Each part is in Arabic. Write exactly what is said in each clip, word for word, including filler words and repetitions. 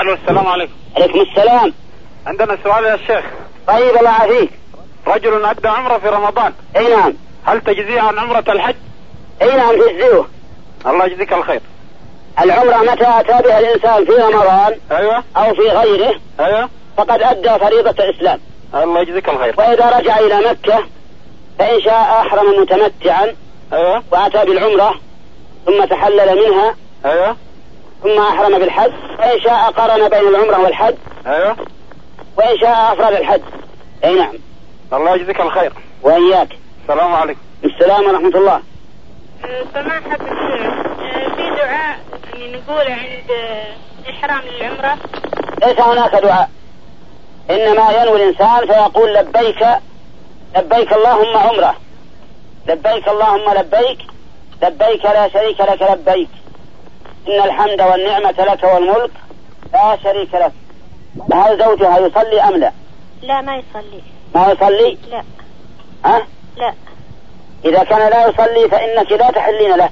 الو السلام عليكم. عليكم السلام. عندنا سؤال يا شيخ. طيب الله يعافيك. رجل أدى عمره في رمضان. اي نعم. هل تجزيه عن عمرة الحج؟ اي نعم تجزيه. الله يجزيك الخير. العمرة متى أتى بها الإنسان في رمضان أيوة أو في غيره أيوة فقد أدى فريضة الإسلام. الله يجزيك الخير. وإذا رجع إلى مكة فإن شاء أحرم متمتعا أيوة وأتى بالعمرة ثم تحلل منها أيوة ثم أحرم بالحج، وإن شاء قرن بين العمرة والحج. أيوة وإن شاء أفرد الحج. أي نعم. الله يجزيك الخير. وإياك. السلام عليكم. السلام ورحمة الله. سماحة الشيخ، في دعاء يعني نقوله عند إحرام العمرة؟ ليس هناك دعاء، إنما ينوي الإنسان فيقول لبيك لبيك اللهم عمره، لبيك اللهم لبيك، لبيك لا شريك لك لبيك، إن الحمد والنعمة لك والملك لا شريك لك. هل زوجها يصلي أم لا؟ لا ما يصلي. ما يصلي؟ لا. ها؟ لا. إذا كان لا يصلي فإنك لا تحلين له.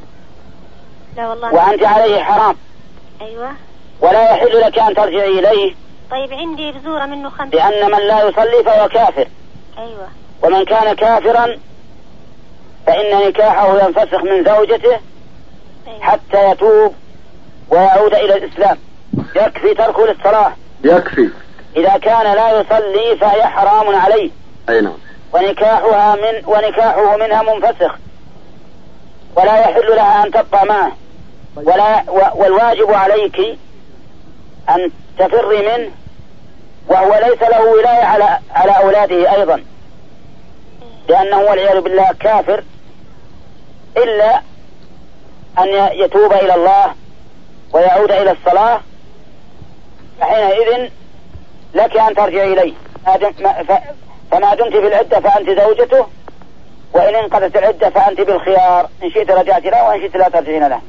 لا والله. وأنت عليه حرام. أيوة. ولا يحل لك أن ترجعي إليه. طيب عندي بزورة منه خمسة. لأن من لا يصلي فهو كافر. أيوة. ومن كان كافرا فإن نكاحه ينفسخ من زوجته. أيوة. حتى يتوب ويعود إلى الإسلام. يكفي تركه للصلاة. يكفي. إذا كان لا يصلي فهي حرام عليه. أي نعم. ونكاحها من ونكاحه منها منفسخ، ولا يحل لها أن تبقى معه، ولا والواجب عليك أن تفري منه، وهو ليس له ولاية على على أولاده أيضا، لأنه والعياذ بالله كافر، إلا أن يتوب إلى الله ويعود إلى الصلاة، فحينئذ لك أن ترجع إليه. فما دمت في العدة فأنت زوجته، وإن انقضت العدة فأنت بالخيار، إن شئت رجعت له وإن شئت لا ترجعين له.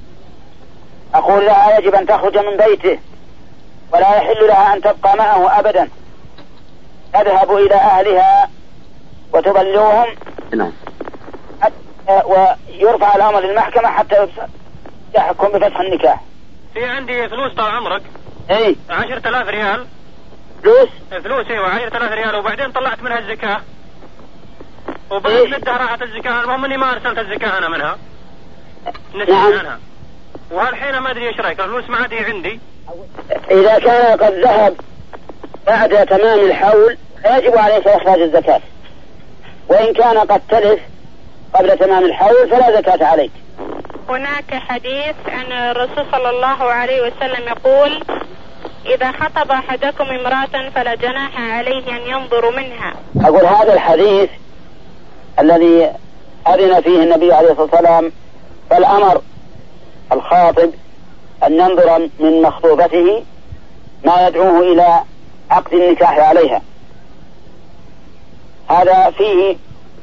أقول لها يجب أن تخرج من بيته، ولا يحل لها أن تبقى معه أبدا، تذهب إلى أهلها وتبلغهم. نعم. ويرفع الأمر للمحكمة حتى يحكم بفتح النكاح. في عندي فلوس طال عمرك. اي عشرة آلاف ريال. فلوس؟ فلوس ايوه عشرة آلاف ريال، وبعدين طلعت منها الزكاة، وبعد مدة راحت الزكاة. المهم اني ما ارسلت الزكاة انا منها، نسيت نعم. عنها، وهالحين ما ادري ايش رايك. الفلوس ما عاد هي عندي. اذا كان قد ذهب بعد تمام الحول يجب عليك اخراج الزكاة، وان كان قد تلف قبل تمام الحول فلا زكاة عليك. هناك حديث عن الرسول صلى الله عليه وسلم يقول: إذا خطب أحدكم امرأة فلا جناح عليه أن ينظر منها. أقول هذا الحديث الذي أذن فيه النبي عليه الصلاة والسلام فالأمر الخاطب أن ينظر من مخطوبته ما يدعوه إلى عقد النكاح عليها. هذا فيه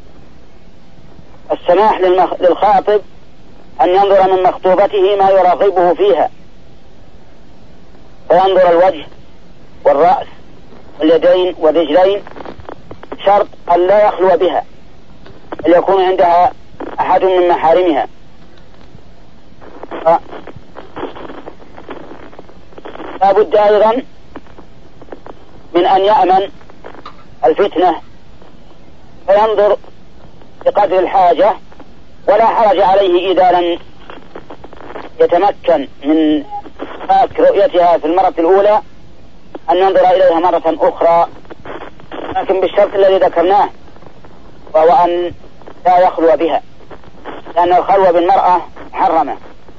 السماح للخاطب أن ينظر من مخطوبته ما يرغبه فيها، فينظر الوجه والرأس واليدين والرجلين، شرط أن لا يخلو بها، بل يكون عندها أحد من محارمها. لا بد أيضا من أن يأمن الفتنة فينظر بقدر الحاجة، ولا حرج عليه إذا لم يتمكن من فاك رؤيتها في المرة الأولى أن ينظر إليها مرة أخرى، لكن بالشرط الذي ذكرناه، وهو أن لا يخلو بها، لأن الخلوة بالمرأة محرمة.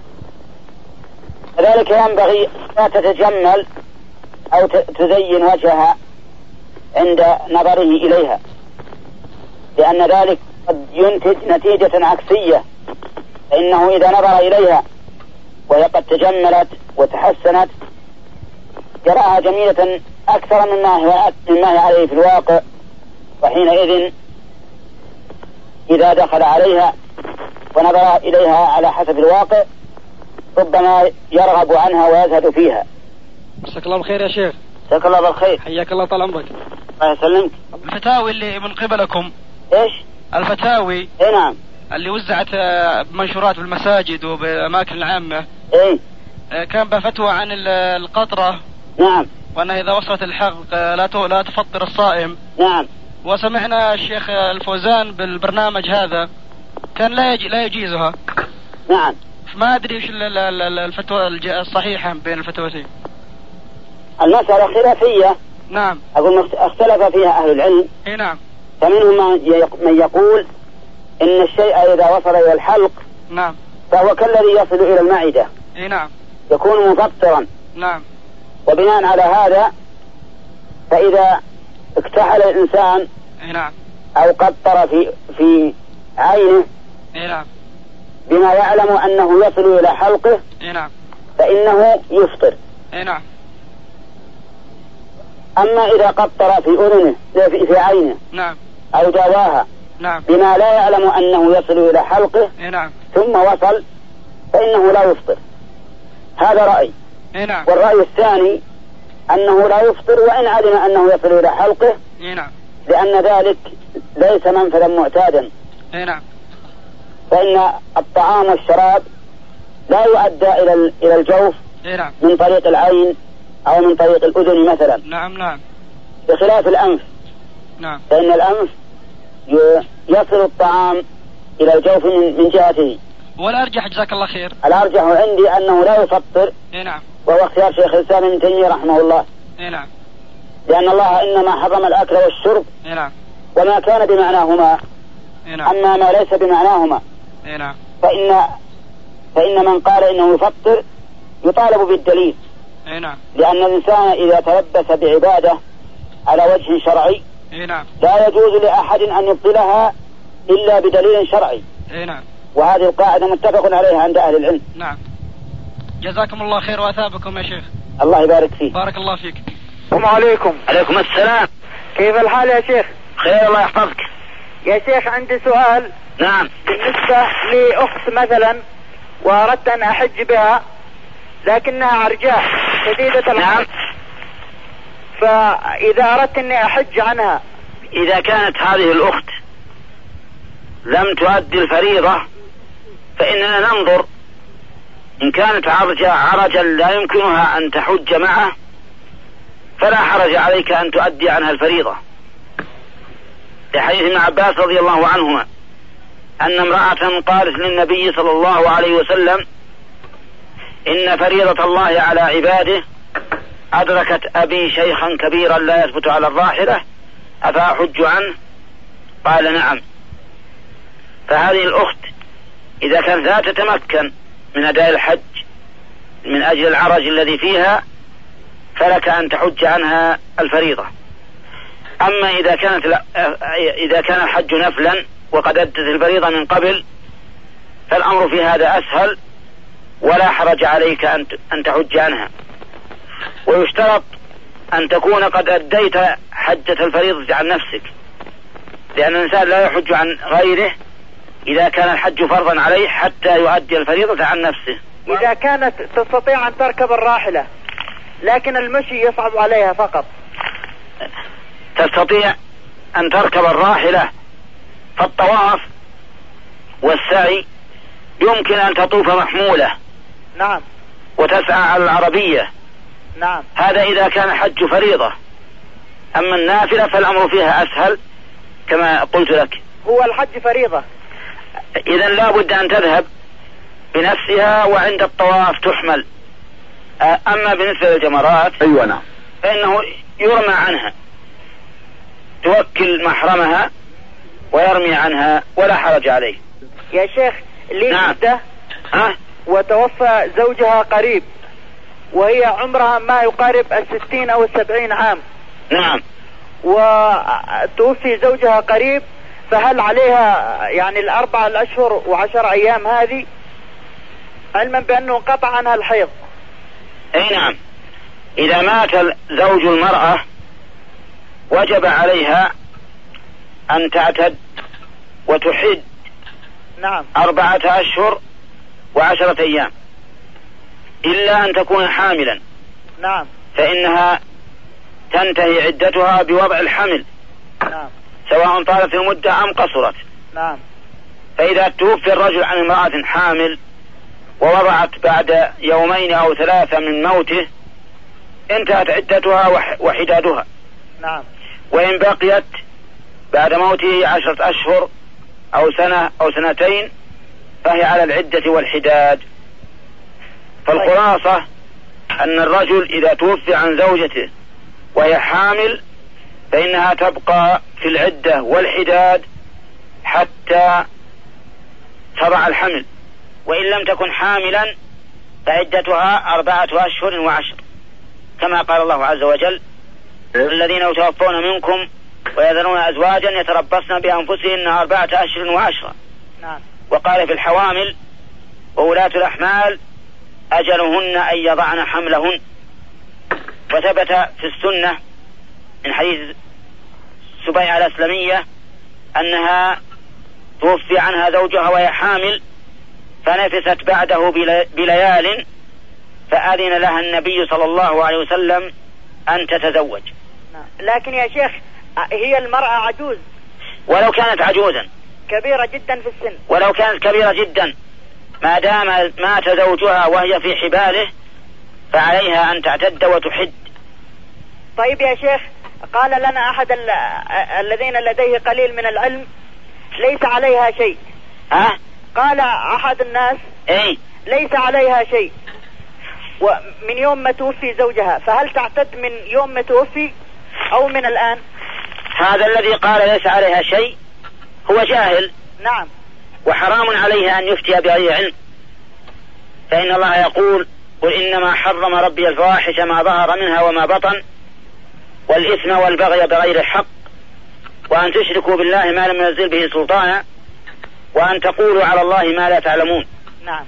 كذلك ينبغي لا تتجمل أو تزين وجهها عند نظره إليها، لأن ذلك قد ينتج نتيجة عكسية، فإنه إذا نظر إليها وهي قد تجملت وتحسنت يراها جميلة أكثر مما هي مما هي عليه في الواقع، وحينئذ إذا دخل عليها ونظر إليها على حسب الواقع ربما يرغب عنها ويزهد فيها. مساك الله بالخير يا شيخ. مساك الله بالخير. حياك الله طال عمرك. الله يسلمك. الفتاوي اللي من قبلكم. ايش؟ الفتاوي. اي نعم. اللي وزعت منشورات بالمساجد وبالأماكن العامة. اي. كان بفتوى عن القطرة. نعم. وأنها إذا وصلت الحلق لا لا تفطر الصائم. نعم. وسمعنا الشيخ الفوزان بالبرنامج هذا كان لا يجي لا يجيزها. نعم. ما أدري إيش الفتوى الصحيحة بين الفتوتين. المسألة خلافية. نعم. أقول اختلف فيها أهل العلم. إيه نعم. فمنهم من يقول إن الشيء إذا وصل إلى الحلق نعم فهو كالذي يصل إلى المعدة. إيه نعم. يكون مفطرا. نعم. وبناء على هذا فإذا اكتحل الإنسان إيه نعم أو قطر في في عينه إيه نعم بما يعلم أنه يصل إلى حلقه إيه نعم فإنه يفطر. إيه نعم. أما إذا قطر في أذنه في, في عينه نعم أو دواها نعم بما لا يعلم أنه يصل إلى حلقه إيه نعم ثم وصل فإنه لا يفطر. هذا رأي. إيه نعم. والرأي الثاني أنه لا يفطر وإن علم أنه يصل إلى حلقه. إيه نعم. لأن ذلك ليس منفذا معتادا. إيه نعم. فإن الطعام والشراب لا يؤدى إلى إلى الجوف إيه نعم. من طريق العين أو من طريق الأذن مثلا. نعم نعم. بخلاف الأنف. نعم. فإن الأنف يصل الطعام إلى الجوف من من جهته. والأرجح جزاك الله خير. الأرجح عندي أنه لا يفطر. إيه نعم. وهو اختيار شيخ الإسلام ابن تيمية رحمه الله. إيه نعم. لأن الله إنما حرم الأكل والشرب. إيه نعم. وما كان بمعناهما. إيه نعم. أما ما ليس بمعناهما. إيه نعم. فإن فإن من قال إنه يفطر يطالب بالدليل. إيه نعم. لأن الإنسان إذا تلبس بعبادة على وجه شرعي إيه نعم. لا يجوز لأحد أن يبطلها إلا بدليل شرعي. إيه نعم. وهذه القاعدة متفق عليها عند أهل العلم. نعم. جزاكم الله خير وأثابكم يا شيخ. الله يبارك فيك. بارك الله فيك. السلام عليكم. عليكم السلام. كيف الحال يا شيخ؟ خير الله يحفظك. يا شيخ عندي سؤال. نعم. بالنسبة لأخت مثلا وأردت أن أحج بها لكنها عرجاء شديدة الحج. نعم. فإذا أردت أني أحج عنها. إذا كانت هذه الأخت لم تؤدي الفريضة فإننا ننظر إن كانت عرجا عرجا لا يمكنها أن تحج معه فلا حرج عليك أن تؤدي عنها الفريضة. لحديث ابن عباس رضي الله عنهما أن امرأة قالت للنبي صلى الله عليه وسلم إن فريضة الله على عباده أدركت أبي شيخا كبيرا لا يثبت على الراحلة أفأحج عنه؟ قال نعم. فهذه الأخت إذا كانت لا تتمكن من أداء الحج من أجل العرج الذي فيها فلك أن تحج عنها الفريضة. أما إذا كانت لا إذا كان الحج نفلا وقد أدت الفريضة من قبل فالأمر في هذا أسهل ولا حرج عليك أن تحج عنها. ويشترط أن تكون قد أديت حجة الفريضة عن نفسك لأن الإنسان لا يحج عن غيره إذا كان الحج فرضا عليه حتى يؤدي الفريضة عن نفسه. إذا كانت تستطيع أن تركب الراحلة لكن المشي يصعب عليها فقط. تستطيع أن تركب الراحلة فالطواف والسعي يمكن أن تطوف محمولة. نعم. وتسعى على العربية. نعم. هذا إذا كان حج فريضة. أما النافلة فالأمر فيها أسهل كما قلت لك. هو الحج فريضة. إذن لا بد أن تذهب بنفسها وعند الطواف تحمل. أما بالنسبة للجمرات أيوة نعم فإنه يرمى عنها توكل محرمها ويرمي عنها ولا حرج عليه. يا شيخ لي نعم. جدة ها؟ وتوفى زوجها قريب وهي عمرها ما يقارب الستين أو السبعين عام. نعم. وتوفي زوجها قريب فهل عليها يعني الأربعة الأشهر وعشر أيام هذه علما بأنه انقطع عنها الحيض؟ أي نعم. إذا مات زوج المرأة وجب عليها أن تعتد وتحد. نعم. أربعة أشهر وعشرة أيام إلا أن تكون حاملا. نعم. فإنها تنتهي عدتها بوضع الحمل. نعم. سواء طالت المدة أم قصرت. نعم. فإذا توفي الرجل عن امرأة حامل ووضعت بعد يومين أو ثلاثة من موته انتهت عدتها وحدادها. نعم. وإن بقيت بعد موته عشرة أشهر أو سنة أو سنتين فهي على العدة والحداد. فالخلاصة أن الرجل إذا توفي عن زوجته وهي حامل فإنها تبقى في العدة والحداد حتى تضع الحمل، وإن لم تكن حاملا فعدتها أربعة أشهر وعشر، كما قال الله عز وجل: الذين يتوفون منكم ويذرون أزواجا يتربصن بأنفسهن أربعة أشهر وعشرة. نعم. وقال في الحوامل: وولاة الأحمال أجلهن أن يضعن حملهن. وثبت في السنة من حديث سبيعة الأسلمية أنها توفي عنها زوجها وهي حامل فنفست بعده بليال فأذن لها النبي صلى الله عليه وسلم أن تتزوج. لكن يا شيخ هي المرأة عجوز، ولو كانت عجوزا كبيرة جدا في السن، ولو كانت كبيرة جدا ما دام مات زوجها وهي في حباله فعليها أن تعتد وتحد. طيب يا شيخ، قال لنا أحد الذين لديه قليل من العلم ليس عليها شيء. ها؟ قال أحد الناس إيه؟ ليس عليها شيء ومن يوم ما توفي زوجها، فهل تعتد من يوم ما توفي أو من الآن؟ هذا الذي قال ليس عليها شيء هو جاهل. نعم. وحرام عليه أن يفتي بغير علم، فإن الله يقول: قل إنما حرم ربي الفواحش ما ظهر منها وما بطن والإثم والبغي بغير الحق وأن تشركوا بالله ما لم ينزل به سلطانا وأن تقولوا على الله ما لا تعلمون. نعم.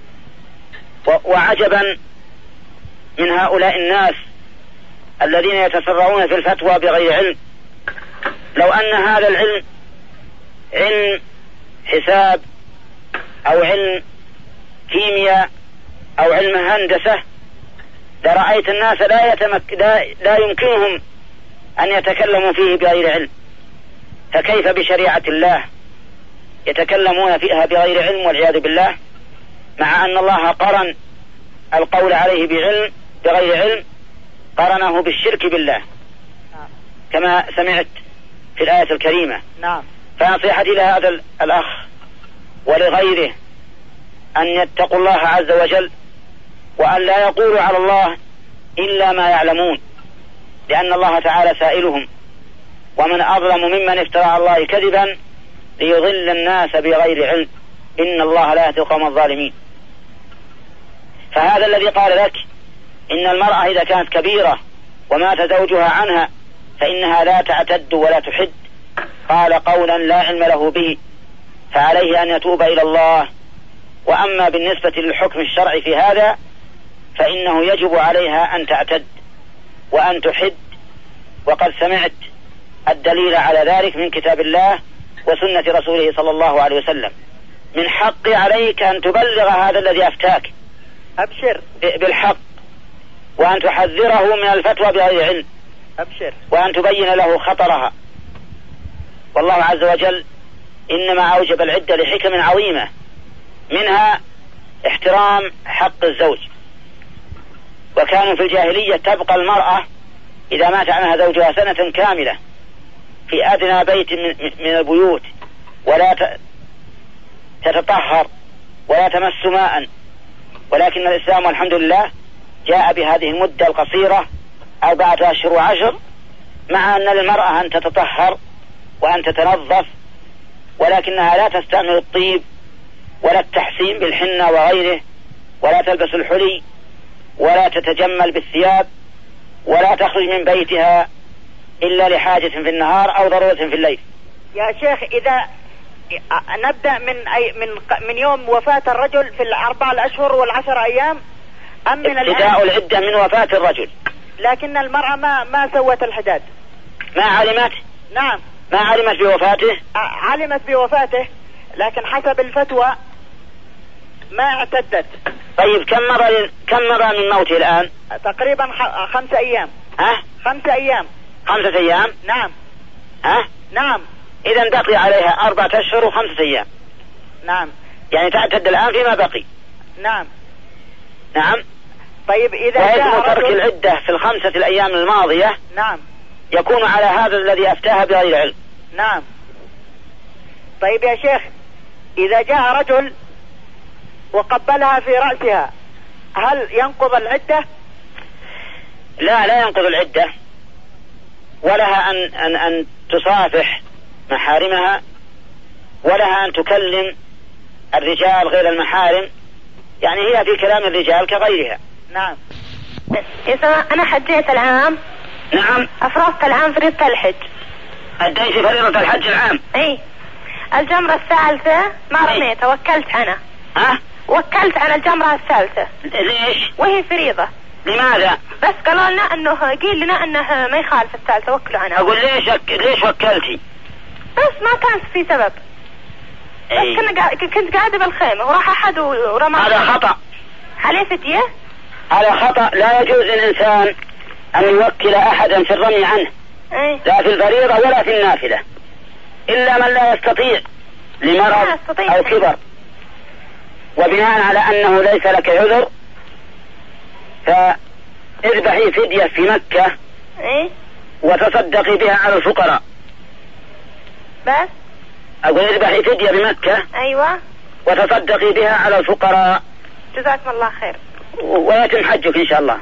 وعجبا من هؤلاء الناس الذين يتسرعون في الفتوى بغير علم. لو أن هذا العلم علم حساب أو علم كيمياء أو علم هندسة لرأيت الناس لا, يتمك... لا... لا يمكنهم أن يتكلموا فيه بغير علم، فكيف بشريعة الله يتكلمون فيها بغير علم والعياذ بالله، مع أن الله قرن القول عليه بعلم بغير علم قرنه بالشرك بالله كما سمعت في الآية الكريمة. نعم. فنصيحتي لهذا الأخ ولغيره أن يتقوا الله عز وجل وأن لا يقولوا على الله إلا ما يعلمون، لأن الله تعالى سائلهم: ومن أظلم ممن افترى على الله كذبا ليضل الناس بغير علم إن الله لا يهدي القوم الظالمين. فهذا الذي قال لك إن المرأة إذا كانت كبيرة ومات زوجها عنها فإنها لا تعتد ولا تحد قال قولا لا علم له به، فعليه أن يتوب إلى الله. وأما بالنسبة للحكم الشرعي في هذا فإنه يجب عليها أن تعتد وأن تحد، وقد سمعت الدليل على ذلك من كتاب الله وسنة رسوله صلى الله عليه وسلم. من حق عليك أن تبلغ هذا الذي أفتاك أبشر بالحق، وأن تحذره من الفتوى بغير علم، أبشر، وأن تبين له خطرها. والله عز وجل إنما أوجب العدة لحكم عظيمة، منها احترام حق الزوج. وكانوا في الجاهلية تبقى المرأة إذا مات عنها زوجها سنة كاملة في أدنى بيت من البيوت ولا تتطهر ولا تمس ماء، ولكن الإسلام والحمد لله جاء بهذه المدة القصيرة أربعة أشهر وعشر، مع أن للمرأة أن تتطهر وأن تتنظف، ولكنها لا تستعمل الطيب ولا التحسين بالحنة وغيره، ولا تلبس الحلي ولا تتجمل بالثياب، ولا تخرج من بيتها إلا لحاجة في النهار أو ضرورة في الليل. يا شيخ، إذا نبدأ من أي من من يوم وفاة الرجل في الأربع الأشهر والعشر أيام أم من ابتداء العدة من وفاة الرجل؟ لكن المرأة ما ما سوت الحداد، ما علمت. نعم، ما علمت بوفاته. علمت بوفاته لكن حسب الفتوى ما اعتدت. طيب كم مضى كم مضى من موته الآن؟ تقريبا خمسة أيام. ها؟ خمسة أيام. خمسة أيام؟ نعم. ها؟ نعم. إذا بقي عليها أربعة أشهر وخمسة أيام. نعم. يعني تعتد الآن فيما بقي. نعم نعم. طيب إذا وإثم ترك العدة في الخمسة الأيام الماضية نعم يكون على هذا الذي أفتاها بغير علم. نعم. طيب يا شيخ، إذا جاء رجل وقبلها في رأسها هل ينقض العدة؟ لا لا ينقض العدة، ولها أن, أن, أن تصافح محارمها، ولها أن تكلم الرجال غير المحارم، يعني هي في كلام الرجال كغيرها. نعم. إذا أنا حجيت العام. نعم. أفرضت العام فريضة الحج. أديت فريضة الحج العام. إيه. الجمرة الثالثة ما رميتها، وكلت أنا. ها؟ وكلت أنا الجمرة الثالثة. ليش؟ وهي فريضة. لماذا؟ بس قالوا لنا انه قيل لنا انه ما يخالف الثالثة، وكلوا عنها. اقول ليش ليش وكلتي؟ بس ما كان في سبب. أي. بس كنا قا... كنت قاعدة بالخيمة وراح احد ورمى. هذا خطأ. عليه فدية؟ هذا خطأ، لا يجوز للإنسان أن يوكل أحدا في الرمي عنه. أي. لا في الفريضة ولا في النافلة، إلا من لا يستطيع لمرض أو كبر. وبناء على أنه ليس لك عذر فاذبحي فدية في مكة. إيه؟ وتصدقي بها على الفقراء. بس أقول اذبحي فدية بمكة. أيوة. وتصدقي بها على الفقراء. جزاكم الله خير. ويتم حجك إن شاء الله.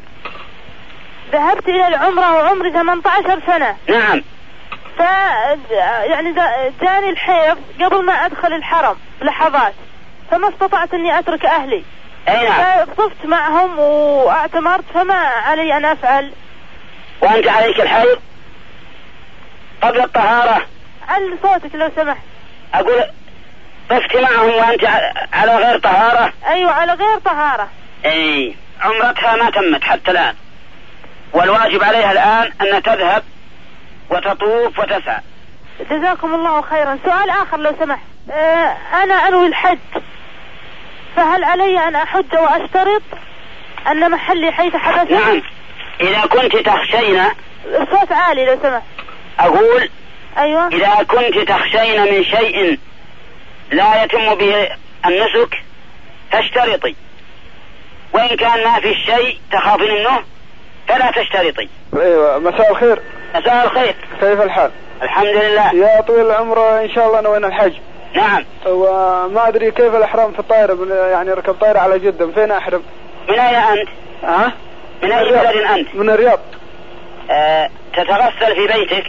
ذهبت إلى العمرة وعمري ثمانية عشر سنة. نعم. ف يعني جاني الحيض قبل ما أدخل الحرم لحظات، فما استطعت إني أترك أهلي. أي نعم. فطفت معهم واعتمرت، فما علي أن أفعل؟ وأنت عليك الحيض قبل الطهارة. على صوتك لو سمحت. أقول طفت معهم وأنت على غير طهارة. أيوة على غير طهارة. أي عمرتها ما تمت حتى الآن، والواجب عليها الآن أن تذهب وتطوف وتسعى. جزاكم الله خيرا. سؤال آخر لو سمحت. آه أنا أنوي الحج، فهل علي أن أحج وأشترط أن محلي حيث حدث؟ نعم. إذا كنت تخشين. الصوت عالي لو سمحت. أقول أيوة. إذا كنت تخشين من شيء لا يتم به النسك فاشترطي، وإن كان ما في شيء تخافين منه فلا تشترطي. ايوه. مساء الخير. مساء الخير. كيف الحال؟ الحمد لله. يا طويل العمر ان شاء الله نوينا الحج. نعم. وما ادري كيف الاحرام في الطائرة، يعني ركب طائرة على جدة، من فين احرم؟ من اين انت؟ ها؟ من اي بلد انت؟ من الرياض. آه تتغسل في بيتك.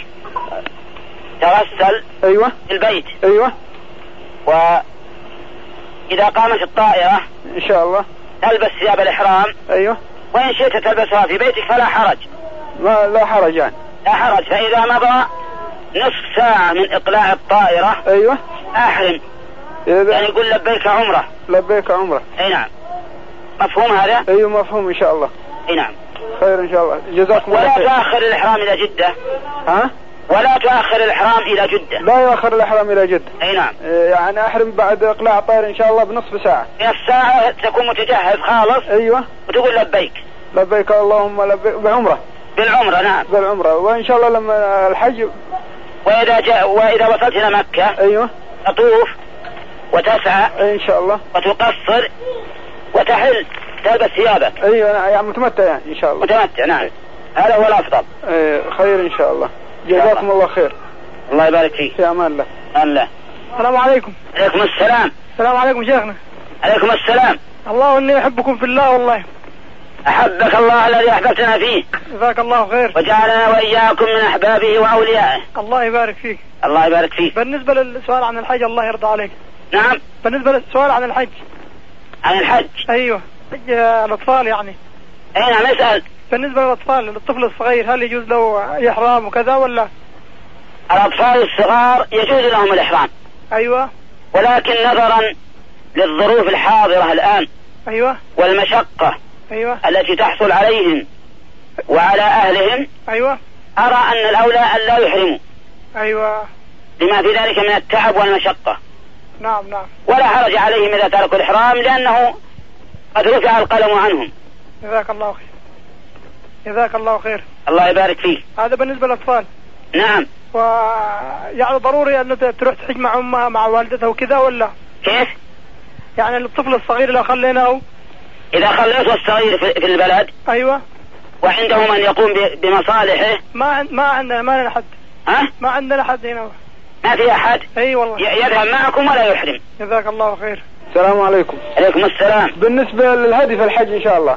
تغسل. ايوه. في البيت. ايوه. واذا قامت الطائرة ان شاء الله تلبس ثياب الاحرام. ايوه. وإن شئت تلبسها في بيتك فلا حرج. ما لا حرج يعني. لا حرج. فإذا مضى نصف ساعة من إقلاع الطائرة. أيوة. أحرم. يعني يقول لبيك عمرة. لبيك عمرة. أي نعم. مفهوم هذا؟ أيوة مفهوم إن شاء الله. أي نعم. خير إن شاء الله. جزاكم الله خير. ولا تؤخر الإحرام إلى جدة. ها؟ ولا تؤخر الإحرام إلى جدة. لا يؤخر الإحرام إلى جدة. أي نعم. يعني أحرم بعد إقلاع الطائرة إن شاء الله بنصف ساعة. في الساعة تكون متجهز خالص. أيوة. وتقول لبيك. لبيك اللهم لبيك بعمرة. بالعمرة. نعم. بالعمرة. وإن شاء الله لما الحج. وإذا جاء وإذا وصلت إلى مكة. أيوة. تطوف وتسعى. إن شاء الله. وتقصر وتحل تلبس ثيابك. أيوة يعني متمتع يعني إن شاء الله. متمتع. نعم. هذا هو الأفضل. أيه خير إن شاء الله. جزاكم الله خير. الله يبارك فيك. في أمان الله. الله. السلام عليكم. عليكم السلام. السلام عليكم شيخنا. عليكم السلام. الله إني أحبكم في الله والله. أحبك الله الذي أحببتنا فيه. جزاك الله خير. وجعلنا وإياكم من أحبابه وأوليائه. الله يبارك فيك. الله يبارك فيك. بالنسبة للسؤال عن الحج الله يرضى عليك. نعم. بالنسبة للسؤال عن الحج. عن الحج. أيوه. حج الأطفال يعني. أي نعم اسأل. بالنسبة للأطفال للطفل الصغير هل يجوز له إحرام وكذا ولا؟ الأطفال الصغار يجوز لهم الإحرام. أيوة. ولكن نظرا للظروف الحاضرة الآن. أيوة. والمشقة. أيوة. التي تحصل عليهم وعلى أهلهم. أيوة. أرى أن الأولى أن لا يحرموا. أيوة. لما في ذلك من التعب والمشقة. نعم نعم. ولا حرج عليهم إذا تركوا الإحرام لأنه قد رفع القلم عنهم. جزاك الله خير. جزاك الله خير. الله يبارك فيك. هذا بالنسبة للأطفال. نعم. ويعني ضروري أن تروح تحج مع أمها مع والدتها وكذا ولا؟ كيف؟ يعني الطفل الصغير لو خليناه. إذا خليته الصغير في البلد. أيوة. وعنده من يقوم بمصالحه. ما ما عندنا ما لنا حد. ها؟ ما عندنا حد هنا. ما في أحد؟ أي والله. يذهب معكم ولا يحرم؟ جزاك الله خير. السلام عليكم. عليكم السلام. بالنسبة للهدي في الحج إن شاء الله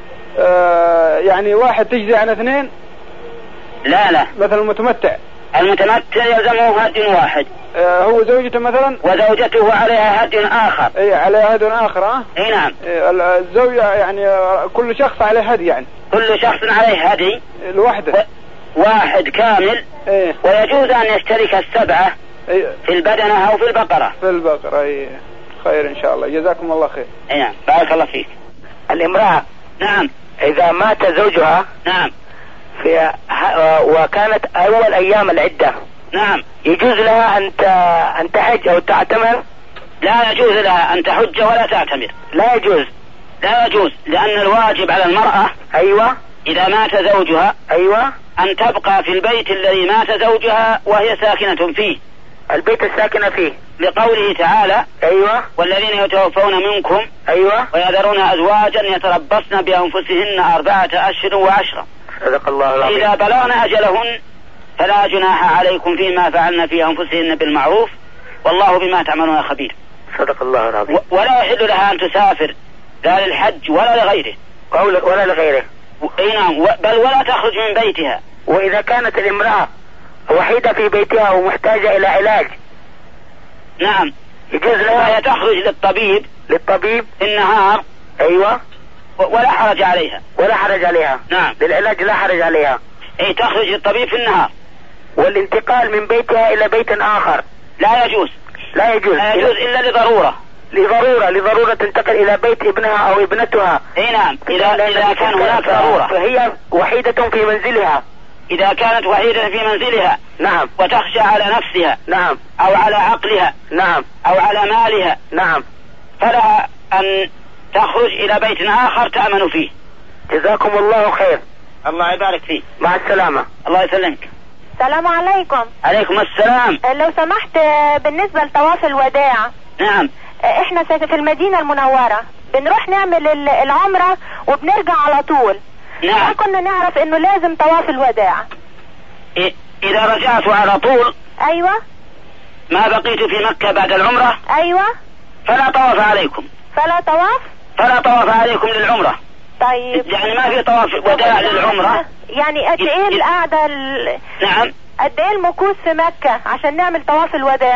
آه يعني واحد تجزي عن اثنين؟ لا لا. مثلا المتمتع. المتمتع يلزمه هدي واحد. آه هو زوجته مثلا. وزوجته عليها هدي آخر. اي عليها هدي آخر. ها؟ اي نعم. إيه الزوجة يعني كل شخص عليه هدي يعني. كل شخص عليه هدي. الوحدة. و... واحد كامل. ايه. ويجوز أن يشترك السبعة. إيه. في البدنة أو في البقرة. في البقرة. اي خير إن شاء الله. جزاكم الله خير. اي نعم. بارك الله فيك. الامرأة. نعم. إذا مات زوجها. نعم. في وكانت أول أيام العدة. نعم. يجوز لها أن أن تحج أو تعتمر؟ لا يجوز لها أن تحج ولا تعتمر. لا يجوز. لا يجوز لأن الواجب على المرأة. أيوة. إذا مات زوجها. أيوة. أن تبقى في البيت الذي مات زوجها وهي ساكنة فيه. البيت الساكنة فيه. لقوله تعالى. أيوة. والذين يتوفون منكم. أيوة. ويذرون أزواجا يتربصن بأنفسهن أربعة أشهر وعشرة. صدق الله العظيم. إذا بلغن أجلهن فلا جناح عليكم فيما فعلن في أنفسهن بالمعروف والله بما تعملون خبير. صدق الله العظيم. ولا يحل لها أن تسافر لا للحج ولا لغيره. ولا لغيره. اي نعم. بل ولا تخرج من بيتها. وإذا كانت الامرأة وحيدة في بيتها ومحتاجة إلى علاج. نعم. يجوز لها هي تخرج للطبيب. للطبيب في النهار. أيوة. ولا حرج عليها. ولا حرج عليها. نعم. للعلاج لا حرج عليها. اي تخرج للطبيب في النهار. والانتقال من بيتها إلى بيت آخر. لا يجوز. لا يجوز. لا يجوز إلا لضرورة. لضرورة لضرورة تنتقل إلى بيت ابنها أو ابنتها. اي نعم. إذا, إذا كان هناك ضرورة. فهي وحيدة في منزلها. إذا كانت وحيدة في منزلها. نعم. وتخشى على نفسها. نعم. أو على عقلها. نعم. أو على مالها. نعم. فلها أن تخرج إلى بيت آخر تأمن فيه. جزاكم الله خير. الله يبارك فيك. مع السلامة. الله يسلمك. السلام عليكم. عليكم السلام. لو سمحت بالنسبة لطواف الوداع. نعم. احنا في المدينة المنورة بنروح نعمل العمرة وبنرجع على طول. نعم. ما كنا نعرف انه لازم طواف الوداع. إيه اذا رجعت على طول. ايوه. ما بقيت في مكة بعد العمرة. ايوه. فلا طواف عليكم. فلا طواف. فلا طواف عليكم للعمرة. طيب. يعني ما في طواف وداع للعمرة. يعني قد ايه القعدة ال... نعم. قد ايه المكوث في مكة عشان نعمل طواف الوداع؟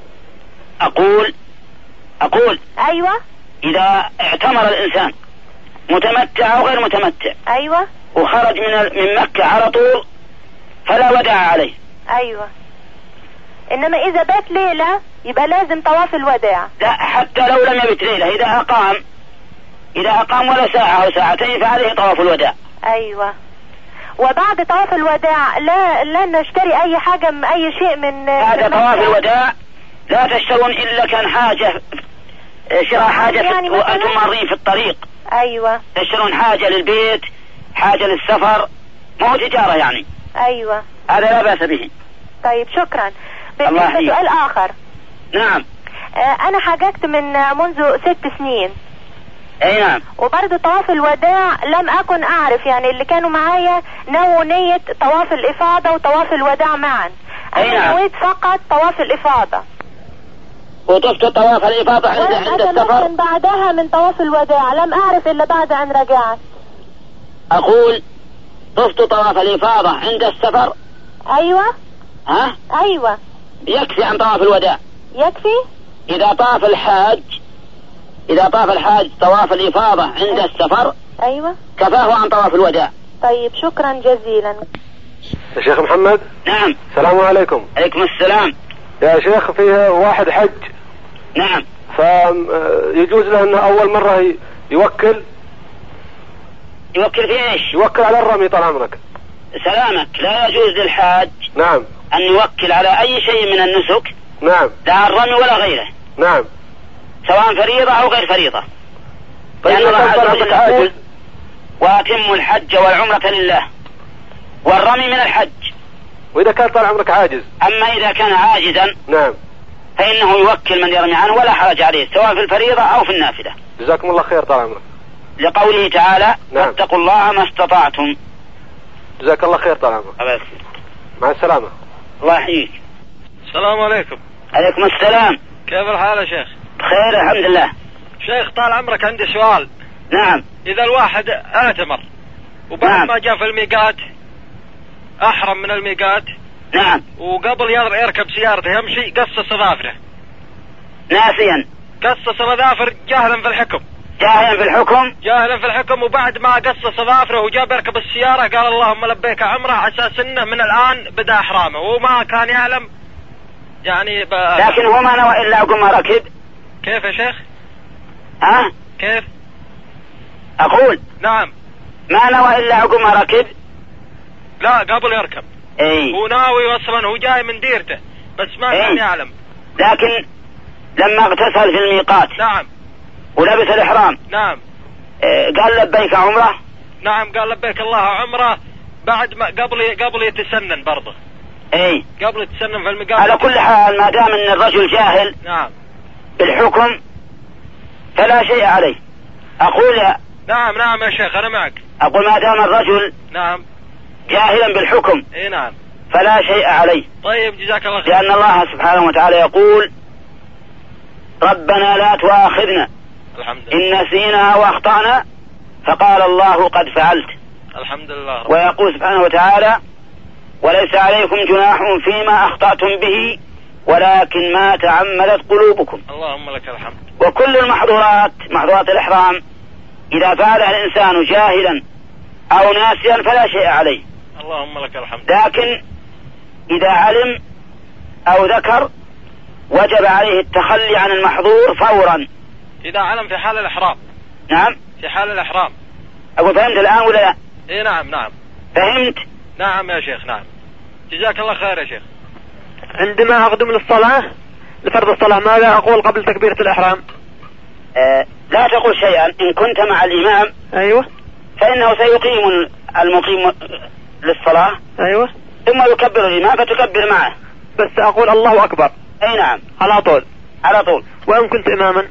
اقول اقول ايوه. اذا اعتمر الانسان متمتع او غير متمتع. ايوه. وخرج من من مكة على طول فلا وداع عليه. ايوه. انما اذا بات ليلة يبقى لازم طواف الوداع. لا حتى لو لم يبت ليلة. اذا اقام اذا اقام ولا ساعة او ساعتين فعليه طواف الوداع. ايوه. وبعد طواف الوداع لا لا نشتري اي حاجة من اي شيء من بعد طواف الوداع لا تشترون الا كان حاجة شراء حاجة يعني وانتم مارين في الطريق. ايوه. تشترون حاجة للبيت حاجة للسفر مو تجارة يعني. ايوه. هذا لا بأس به. طيب شكرا. بالنسبة سؤال اخر. نعم. آه انا حججت من منذ ست سنين. اي نعم. وبرضه طواف الوداع لم اكن اعرف يعني اللي كانوا معايا نووا نية طواف الافاضة وطواف الوداع معا. انا نعم. نويت فقط طواف الافاضة. وطفت طواف الافاضة عند عند السفر. من بعدها من طواف الوداع لم اعرف الا بعد ان رجعت. اقول طفت طواف الافاضة عند السفر. ايوه. ها. ايوه. يكفي عن طواف الوداع. يكفي. اذا طاف الحاج اذا طاف الحاج طواف الافاضة عند السفر. ايوه. كفاه عن طواف الوداع. طيب شكرا جزيلا. يا شيخ محمد. نعم. السلام عليكم. عليكم السلام. يا شيخ فيه واحد حج. نعم. فيجوز له انه اول مرة يوكل يوكل في ايش؟ يوكل على الرمي طال عمرك. سلامك. لا يجوز للحاج. نعم. ان يوكل على اي شيء من النسك. نعم. لا الرمي ولا غيره. نعم. سواء فريضة او غير فريضة. طيب لأن الله عز وجل يقول واتموا الحج والعمرة لله والرمي من الحج. واذا كان طال عمرك عاجز. اما اذا كان عاجزا. نعم. فإنه يوكل من يرمي عنه ولا حرج عليه سواء في الفريضة أو في النافلة. جزاكم الله خير طال عمرك. لقوله تعالى نعم. واتقوا الله ما استطعتم. جزاك الله خير طال عمرك. مع السلامة. الله يحييك. السلام عليكم. عليكم السلام. كيف الحال يا شيخ؟ بخير الحمد لله. شيخ طال عمرك عندي سؤال. نعم. إذا الواحد اعتمر وبعد نعم. ما جاء في الميقات أحرم من الميقات. نعم. وقبل يركب سيارته يمشي قصص أظافره. ناسيا. قصص الأظافر جاهلا في الحكم. جاهلا في الحكم. جاهلا في الحكم وبعد ما قصص أظافره وجاء يركب السيارة قال اللهم لبيك عمره على أساس إنه من الآن بدأ إحرامه وما كان يعلم يعني ب... لكن هو ما نوى إلا عقب ما ركب. كيف يا شيخ؟ ها؟ كيف؟ أقول نعم. ما نوى إلا عقب ما ركب. لا قبل يركب. اي هو ناوي اصلا هو جاي من ديرته بس ما كان يعلم. لكن لما اغتسل في الميقات نعم ولبس الإحرام نعم إيه قال لبيك عمره. نعم قال لبيك الله عمره بعد ما قبل قبل يتسنن برضه. اي قبل يتسنن في الميقات. على كل حال ما دام ان الرجل جاهل نعم بالحكم فلا شيء عليه. اقول يا نعم نعم يا شيخ انا معك. اقول ما دام الرجل نعم جاهلا بالحكم اي نعم فلا شيء عليه. طيب جزاك الله خير. لأن الله سبحانه وتعالى يقول ربنا لا تؤاخذنا الحمد لله إن نسينا وأخطأنا فقال الله قد فعلت. الحمد لله. ويقول سبحانه وتعالى وليس عليكم جناح فيما أخطأتم به ولكن ما تعمدت قلوبكم. اللهم لك الحمد. وكل المحظورات محظورات الإحرام إذا فعلها الإنسان جاهلا أو ناسيا فلا شيء عليه. اللهم لك الحمد. لكن إذا علم أو ذكر وجب عليه التخلي عن المحظور فورا. إذا علم في حال الإحرام. نعم في حال الإحرام. أقول فهمت الآن ولا لا؟ إيه نعم نعم فهمت. نعم يا شيخ نعم. جزاك الله خير يا شيخ. عندما أقدم للصلاة لفرض الصلاة ماذا أقول قبل تكبيرة الإحرام؟ آه لا تقول شيئا. إن كنت مع الإمام أيوة فإنه سيقيم المقيم للصلاة. أيوة ثم يكبر الإمام فتكبر معه. بس أقول الله أكبر. أي نعم على طول. على طول. وإن كنت إماما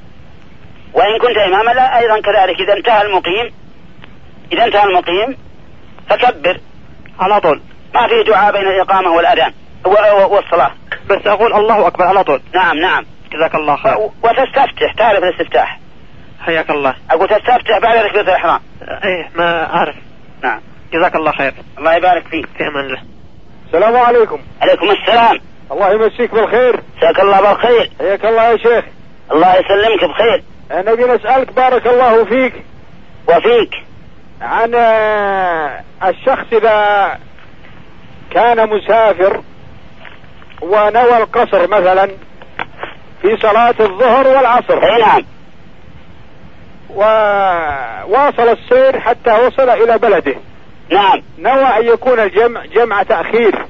وإن كنت إماما لا أيضا كذلك. إذا انتهى المقيم إذا انتهى المقيم فكبر على طول. ما في دعاء بين الإقامة والأذان والصلاة. بس أقول الله أكبر على طول. نعم نعم. جزاك الله خير. وتستفتح. تعرف الاستفتاح؟ حياك الله. أقول تستفتح بعد تكبيرة الإحرام. إيه ما أعرف. نعم. جزاك الله خير. الله يبارك فيك. في أمان الله. السلام عليكم. عليكم السلام. الله يمسيك بالخير. جزاك الله بالخير. حياك الله يا شيخ. الله يسلمك بخير. نبي نسألك بارك الله فيك وفيك عن الشخص إذا كان مسافر ونوى القصر مثلا في صلاة الظهر والعصر. اي نعم. وواصل السير حتى وصل إلى بلده. نعم. نوى أن يكون الجمع جمع تأخير.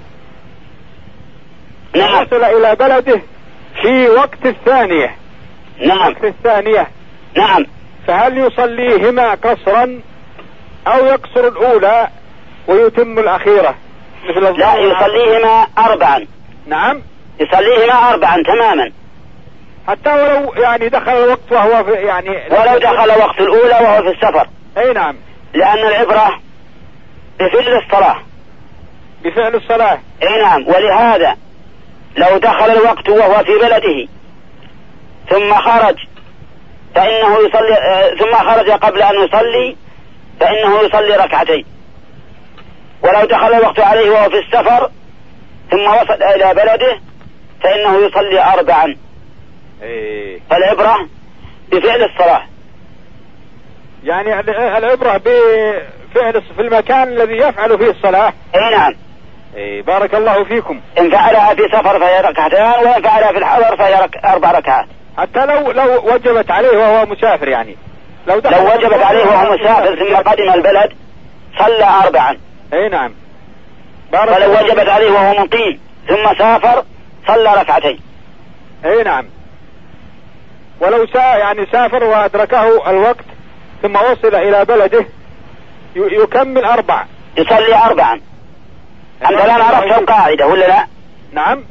نعم. وصل إلى بلده في وقت الثانية. نعم. وقت الثانية. نعم. فهل يصليهما قصرا أو يقصر الأولى ويتم الأخيرة مثل لا يصليهما أربعا. نعم. يصليهما أربعا تماما حتى ولو يعني دخل الوقت وهو في يعني ولو دخل وقت الأولى وهو في السفر. أي نعم. لأن العبرة بفعل الصلاة. بفعل الصلاة. أي نعم. ولهذا لو دخل الوقت وهو في بلده ثم خرج فإنه يصلي آه ثم خرج قبل أن يصلي فإنه يصلي ركعتين. ولو دخل الوقت عليه وهو في السفر ثم وصل إلى بلده فإنه يصلي أربعا. إيه. فالعبرة بفعل الصلاة. يعني العبرة بفعل في المكان الذي يفعل فيه الصلاة. اي نعم. إيه بارك الله فيكم. إن فعلها في سفر فهي ركعتان وإن فعلها في الحضر فهي رك... أربع ركعات. حتى لو لو وجبت عليه وهو مسافر يعني. لو, لو وجبت عليه وهو مسافر ثم قدم البلد صلى أربعا. اي نعم. ولو وجبت عليه وهو مقيم ثم سافر صلى ركعتين. اي نعم. ولو سا يعني سافر وأدركه الوقت ثم وصل إلى بلده يكمل أربع. يصلي أربعا. أنت الآن عرفت القاعدة ولا لا؟ نعم.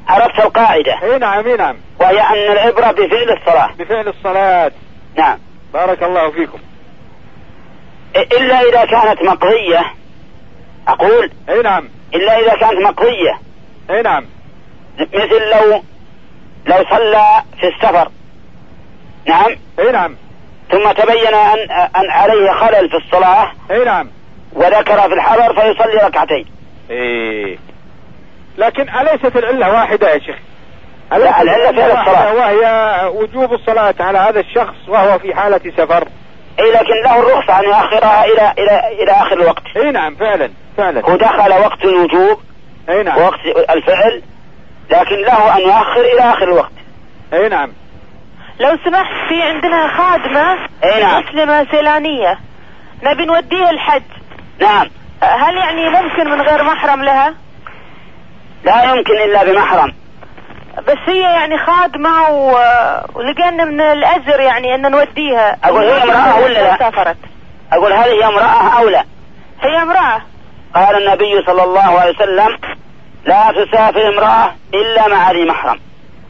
عرفت القاعدة. اي نعم اي نعم. وهي أن العبرة بفعل الصلاة. بفعل الصلاة. نعم. بارك الله فيكم. إلا إذا كانت مقضية أقول. اي نعم. إلا إذا كانت مقضية. اي نعم. مثل لو لو صلى في السفر. نعم. اي نعم. ثم تبين أن, أن عليه خلل في الصلاة. اي نعم. وذكر في الحضر فيصلي ركعتين. ايه لكن أليست العلة واحدة يا شيخ؟ لا العلة في الصلاة وهي وجوب الصلاة على هذا الشخص وهو في حالة سفر. اي لكن له الرخصة أن يؤخرها إلى إلى إلى آخر الوقت. اي نعم فعلا فعلا. هو دخل وقت الوجوب. اي نعم. وقت الفعل لكن له أن يؤخر إلى آخر الوقت. اي نعم. لو سمحت في عندنا خادمة اي نعم. مسلمة سيلانية نبي نوديها الحج. نعم. هل يعني ممكن من غير محرم لها؟ لا يمكن إلا بمحرم. بس هي يعني خادمة و... ولقينا من الأجر يعني أن نوديها. أقول هي امرأة ولا لا؟ سافرت. أقول هل هي امرأة أو لا؟ هي امرأة. قال النبي صلى الله عليه وسلم لا تسافر امرأة إلا مع ذي محرم.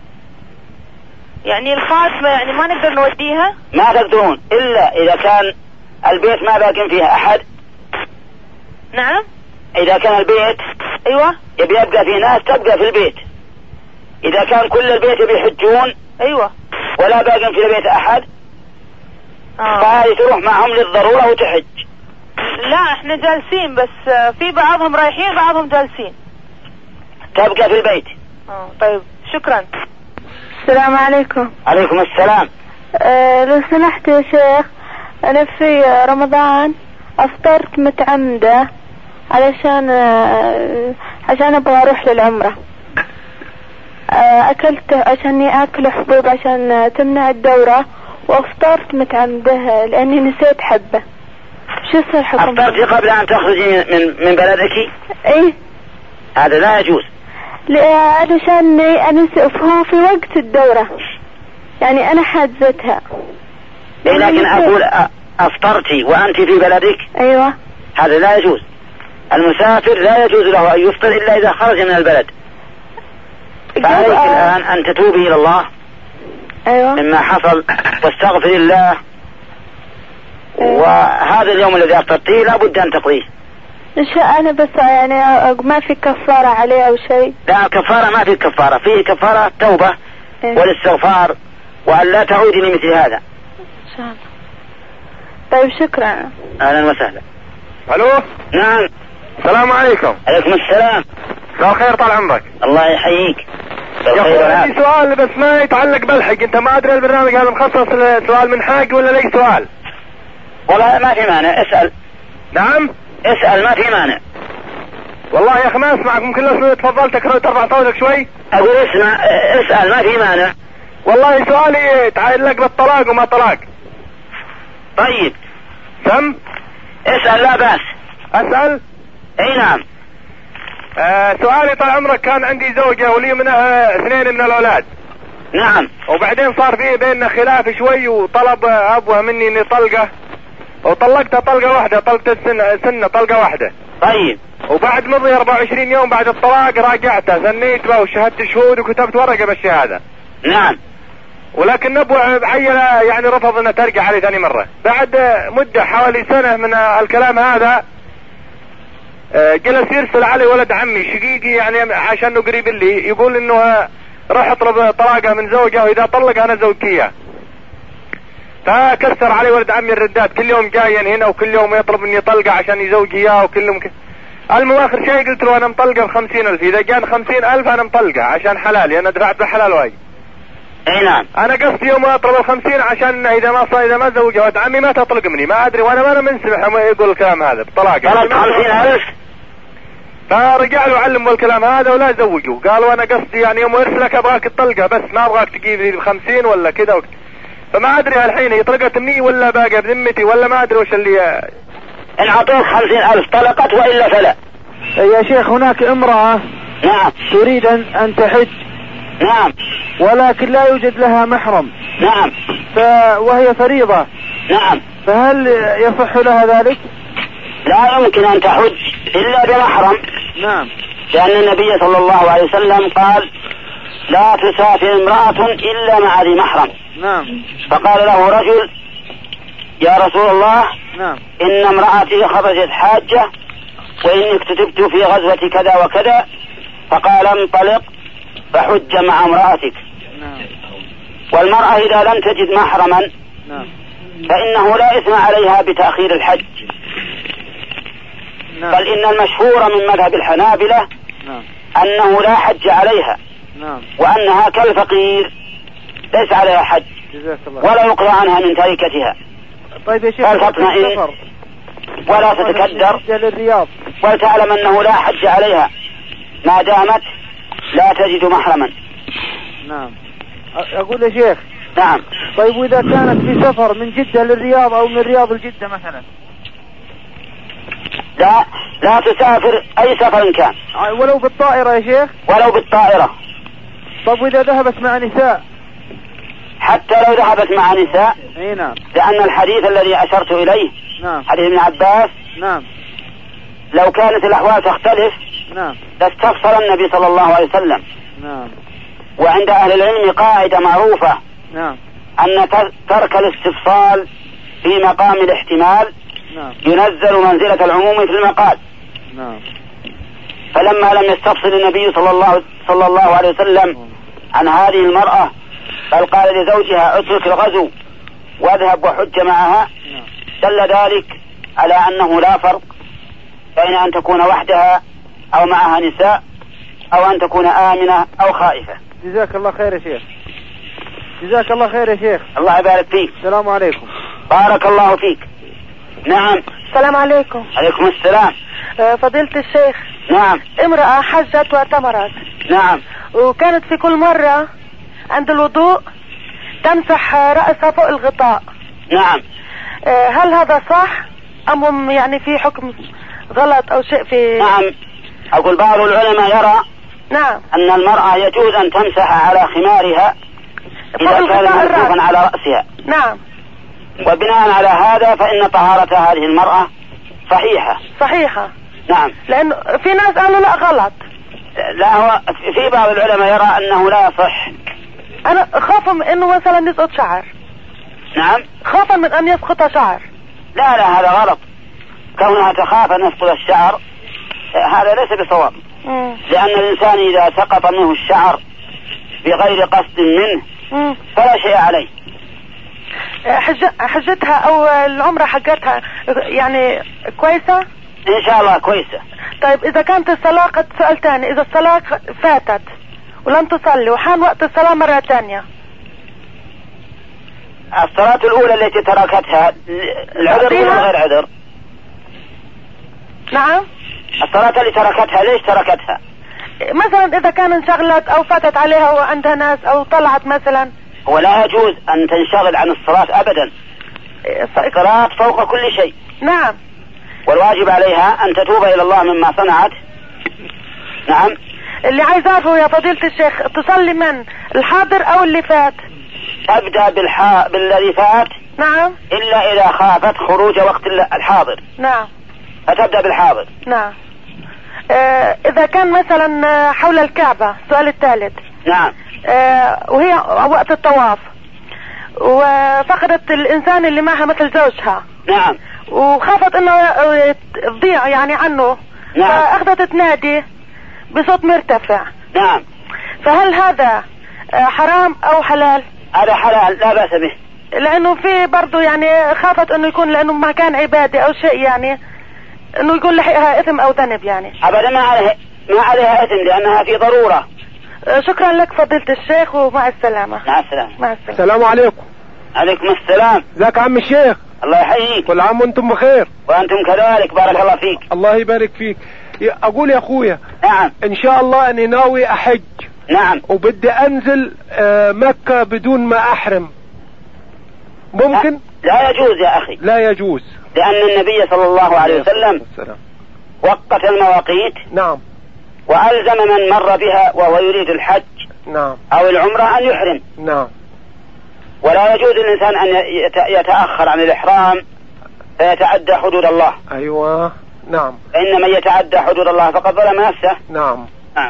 يعني الخادمة يعني ما نقدر نوديها؟ ما تقدرون إلا إذا كان البيت ما باقي فيها أحد. نعم. إذا كان البيت أيوة يبي يبقى فيه ناس تبقى في البيت. إذا كان كل البيت يبي يحجون أيوة ولا باقي في البيت أحد آه. فهذه تروح معهم للضرورة وتحج. لا احنا جالسين بس في بعضهم رايحين بعضهم جالسين. تبقى في البيت. آه. طيب شكرا. السلام عليكم. عليكم السلام. أه لو سمحت يا شيخ أنا في رمضان أفطرت متعمدة علشان أه عشان أبغى أروح للعمرة. أه أكلت عشان آكل حبوب عشان تمنع الدورة وأفطرت متعمدة لأني نسيت حبة. شو صار حكم؟ أفطرتي قبل أن تخرجي من من بلدك؟ إيه. هذا لا يجوز. علشان أنا هو في وقت الدورة يعني أنا حاجزتها. إيه لكن أقول أفطرتي وأنت في بلدك. أيوة. هذا لا يجوز. المسافر لا يجوز له أن يفطر إلا إذا خرج من البلد. فعليك أه... الآن أن تتوبي إلى الله. أيوة. مما حصل واستغفر الله. أيوة. وهذا اليوم الذي أفطرتيه لابد أن تقضيه. أنا بس يعني ما في كفارة عليه أو شيء. لا كفارة ما في كفارة. فيه كفارة توبة إيه؟ والاستغفار وأن لا تعودي لمثل هذا إن شاء الله. طيب شكرا. أهلا وسهلا. ألو. نعم. السلام عليكم. عليكم السلام. مساء الخير طال عمرك. الله يحييك. يا أخي عندي سؤال بس ما يتعلق بالحج. أنت ما أدري البرنامج هذا مخصص سؤال من حاج ولا ليس سؤال؟ والله ما في مانع اسأل. نعم اسأل ما في مانع. والله يا أخي ما أسمعك. ممكن لو تفضل ترفع صوتك شوي. أقول اسمع اسأل ما في مانع. والله سؤالي يتعلق بالطلاق وما طلاق. طيب سم اسأل لا بأس. أسأل. اي نعم. آه سؤالي طال عمرك كان عندي زوجة ولي منها اثنين من الأولاد. نعم. وبعدين صار فيه بيننا خلاف شوي وطلب أبوها مني إني طلقة وطلقتها طلقة واحدة. طلقت السنة سنة طلقة واحدة. طيب. وبعد مضي أربعة وعشرين يوم بعد الطلاق راجعتها سنيت بها وشهدت شهود وكتبت ورقة بالشهادة. نعم. ولكن أبوها عيلة يعني رفض أنها ترجع علي ثاني مرة. بعد مدة حوالي سنة من الكلام هذا جلس يرسل علي ولد عمي شقيقي يعني عشانه قريب لي يقول انه راح اطلب طلاقه من زوجه واذا طلق انا زوجيه. فكسر علي ولد عمي الردات كل يوم جاي هنا وكل يوم يطلب مني طلقه عشان يزوج اياه وكل يوم ك... المهم اخر شيء قلت له انا مطلقه بخمسين الف. اذا جان خمسين الف انا مطلقه عشان حلالي انا دفعت بحلال واي. اي نعم. انا قصدي يوم اطلب الخمسين عشان اذا ما صار اذا ما زوجه ولد عمي ما تطلق مني. ما ادري وانا ما انا منسمح يقول الكلام هذا بطلاق. طلب خمسين الف. فرجع له علم الكلام هذا ولا زوجه. قالوا انا قصدي يعني يوم ارسلك ابغاك الطلقه بس ما ابغاك تجيب لي بخمسين ولا كذا وكذا. فما ادري الحين هي طلقت مني ولا باقي بذمتي ولا ما ادري وش اللي. ان اعطوك خمسين الف طلقت والا فلا. يا شيخ هناك امرأة نعم تريد ان, أن تحج. نعم. ولكن لا يوجد لها محرم. نعم. ف... وهي فريضة. نعم. فهل يصح لها ذلك؟ لا يمكن ان تحج الا بمحرم. نعم. لان النبي صلى الله عليه وسلم قال لا تسافر امرأة إلا مع ذي محرم. نعم. فقال له رجل يا رسول الله نعم. إن امرأتي خرجت حاجة وإني اكتتبت في غزوة كذا وكذا، فقال انطلق فحج مع امرأتك. نعم. والمرأة إذا لم تجد محرما نعم. فإنه لا إثم عليها بتأخير الحج. نعم. بل إن المشهور من مذهب الحنابلة نعم. أنه لا حج عليها. نعم. وأنها كالفقير ليس عليها حج ولا يقضى عنها من تركتها. طيب يا شيخ، فلتطمئن ولا تتكدر ولتعلم أنه لا حج عليها ما دامت لا تجد محرما. نعم. أقول يا شيخ. نعم. طيب وإذا كانت في سفر من جدة للرياض أو من الرياض لجدة مثلا؟ لا لا تسافر أي سفر كان، ولو بالطائرة يا شيخ؟ ولو بالطائرة. طب وإذا ذهبت مع نساء؟ حتى لو ذهبت مع نساء. اي نعم. لأن الحديث الذي أشرت إليه نعم. حديث ابن عباس. نعم. لو كانت الأحوال تختلف نعم لاستفسر النبي صلى الله عليه وسلم. نعم. وعند أهل العلم قاعدة معروفة نعم أن ترك الاستفصال في مقام الاحتمال نعم. ينزل منزلة العموم في المقال. نعم. فلما لم يستفصل النبي صلى الله صلى الله عليه وسلم عن هذه المرأة بل قال لزوجها اترك الغزو واذهب وحج معها، دل ذلك على أنه لا فرق بين أن تكون وحدها أو معها نساء أو أن تكون آمنة أو خائفة. جزاك الله خير يا شيخ. جزاك الله خير يا شيخ. الله يبارك فيك. السلام عليكم. بارك الله فيك. نعم. السلام عليكم. عليكم السلام. فضيلة الشيخ. نعم. امرأة حجت واعتمرت. نعم. وكانت في كل مرة عند الوضوء تمسح رأسها فوق الغطاء. نعم. هل هذا صح أم يعني في حكم غلط أو شيء في؟ نعم. أقول بعض العلماء يرى نعم أن المرأة يجوز أن تمسح على خمارها إذا كان موقوفا على رأسها. نعم. وبناء على هذا فإن طهارة هذه المرأة صحيحة. صحيحة. نعم. لأن في ناس قالوا لا غلط. لا، هو في بعض العلماء يرى أنه لا يصح. أنا خاف من أنه مثلا يسقط شعر. نعم. خاف من أن يسقط شعر. لا لا، هذا غلط. كونها تخاف أن يسقط الشعر هذا ليس بصواب. مم. لأن الإنسان إذا سقط منه الشعر بغير قصد منه مم. فلا شيء عليه. حج... حجتها أو العمرة حقتها يعني كويسة؟ إن شاء الله كويسة. طيب إذا كانت الصلاة، قد سؤال تاني، إذا الصلاة فاتت ولم تصلي وحان وقت الصلاة مرة تانية، الصلاة الأولى التي تركتها العذر ولا غير عذر؟ نعم. الصلاة اللي تركتها ليش تركتها؟ مثلا إذا كان انشغلت أو فاتت عليها وعندها ناس أو طلعت مثلا. ولا يجوز أن تنشغل عن الصلاة أبدا. الصلاة فوق كل شيء. نعم. والواجب عليها أن تتوب إلى الله مما صنعت. نعم. اللي عايز أعرفه يا فضيلة الشيخ، تصلي من الحاضر أو اللي فات؟ تبدأ بالحا... بالذي فات. نعم. إلا إذا خافت خروج وقت الحاضر. نعم. فتبدأ بالحاضر. نعم. آه إذا كان مثلا حول الكعبة، السؤال الثالث. نعم. آه وهي وقت الطواف وفقدت الإنسان اللي معها مثل زوجها. نعم. وخافت انه تضيع يعني عنه. نعم. فاخذت تنادي بصوت مرتفع. نعم. فهل هذا حرام او حلال؟ هذا حلال لا بأس به. لانه في برضو يعني خافت انه يكون لانه ما كان عبادة او شيء يعني انه يكون لحقها اثم او ذنب يعني. ابدا ما عليها ما عليها اثم لانها في ضرورة. شكرا لك فضيلة الشيخ ومع السلامة. مع السلامة. مع السلامة. السلام عليكم. عليكم السلام. ازيك يا عم الشيخ؟ الله يحييك. كل عام وانتم بخير. وانتم كذلك بارك الله فيك. الله يبارك فيك. اقول يا اخويا. نعم. ان شاء الله اني ناوي احج. نعم. وبدي انزل مكة بدون ما احرم، ممكن؟ لا يجوز يا اخي. لا يجوز. لان النبي صلى الله عليه وسلم وقت المواقيت. نعم. والزم من مر بها وهو يريد الحج. نعم. او العمرة ان يحرم. نعم. ولا يجوز للإنسان أن يتأخر عن الإحرام فيتعدى حدود الله. أيوة. نعم. إن من يتعدى حدود الله فقد ظلم نفسه. نعم. نعم.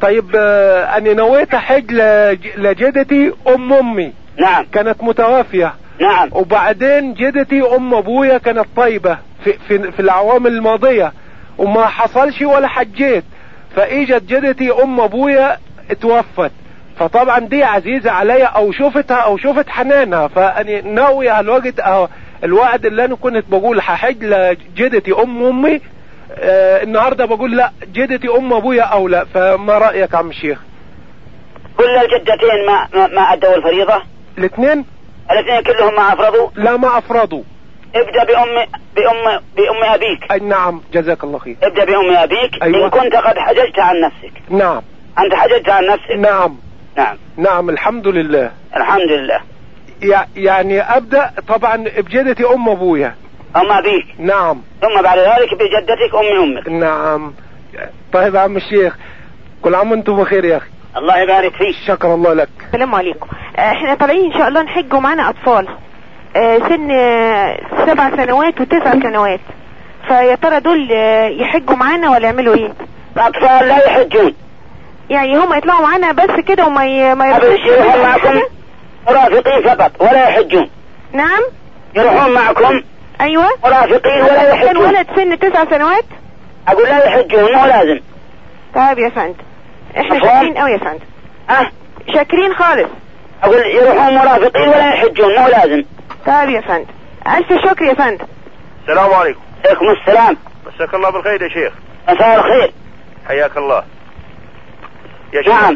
طيب آه انا نويت احج لجدتي ام امي. نعم. كانت متوافية. نعم. وبعدين جدتي ام ابويا كانت طيبة في, في, في الاعوام الماضية وما حصلش ولا حجيت، فاجت جدتي ام ابويا اتوفت، فطبعا دي عزيزة عليا او شفتها او شفت حنانها، فاني ناوي على الوقت اه الوعد اللي انا كنت بقول هحج لجدتي ام امي آه النهاردة بقول لا جدتي ام ابويا او لا، فما رأيك عم الشيخ؟ كل الجدتين ما ما, ما ادوا الفريضة؟ الاثنين الاثنين كلهم ما افرضوا؟ لا ما افرضوا. ابدأ بأم بأم بأم أبيك. أي نعم جزاك الله خير. ابدأ بأم أبيك. أيوة. إن كنت قد حججت عن نفسك. نعم. أنت حججت عن نفسك. نعم. نعم. نعم الحمد لله. الحمد لله. يعني أبدأ طبعا بجدتي أم أبويا. أم أبيك. نعم. ثم بعد ذلك بجدتك أم أمك. نعم. طيب عم الشيخ كل عام وانتم بخير يا أخي. الله يبارك فيك. شكر الله لك. السلام عليكم. احنا طالعين إن شاء الله نحج ومعنا أطفال سن سبع سنوات وتسع سنوات، فيا ترى دول يحجوا معانا ولا يعملوا ايه؟ الاطفال لا يحجون، يعني هم يطلعوا معانا بس كده وما ي... ما يروحون معكم مرافقين فقط ولا يحجون. نعم يروحون معكم ايوه مرافقين ولا يحجون. ولد سن تسع سنوات اقول لا يحجون مو لازم. طيب يا فندم احنا شاكرين قوي يا فندم. اه شاكرين خالص. اقول يروحون مرافقين ولا يحجون مو لازم. طيب يا فندم ألف شكر يا فندم. السلام عليكم. عليكم السلام. مساك الله بالخير يا شيخ. مساء الخير. حياك الله يا شيخ. نعم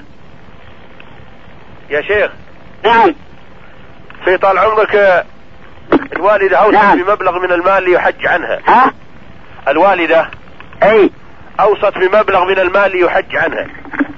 يا شيخ. نعم. في طال عمرك الوالدة أوصت نعم. بمبلغ من المال ليحج عنها. ها؟ الوالدة أي أوصت بمبلغ من المال ليحج عنها.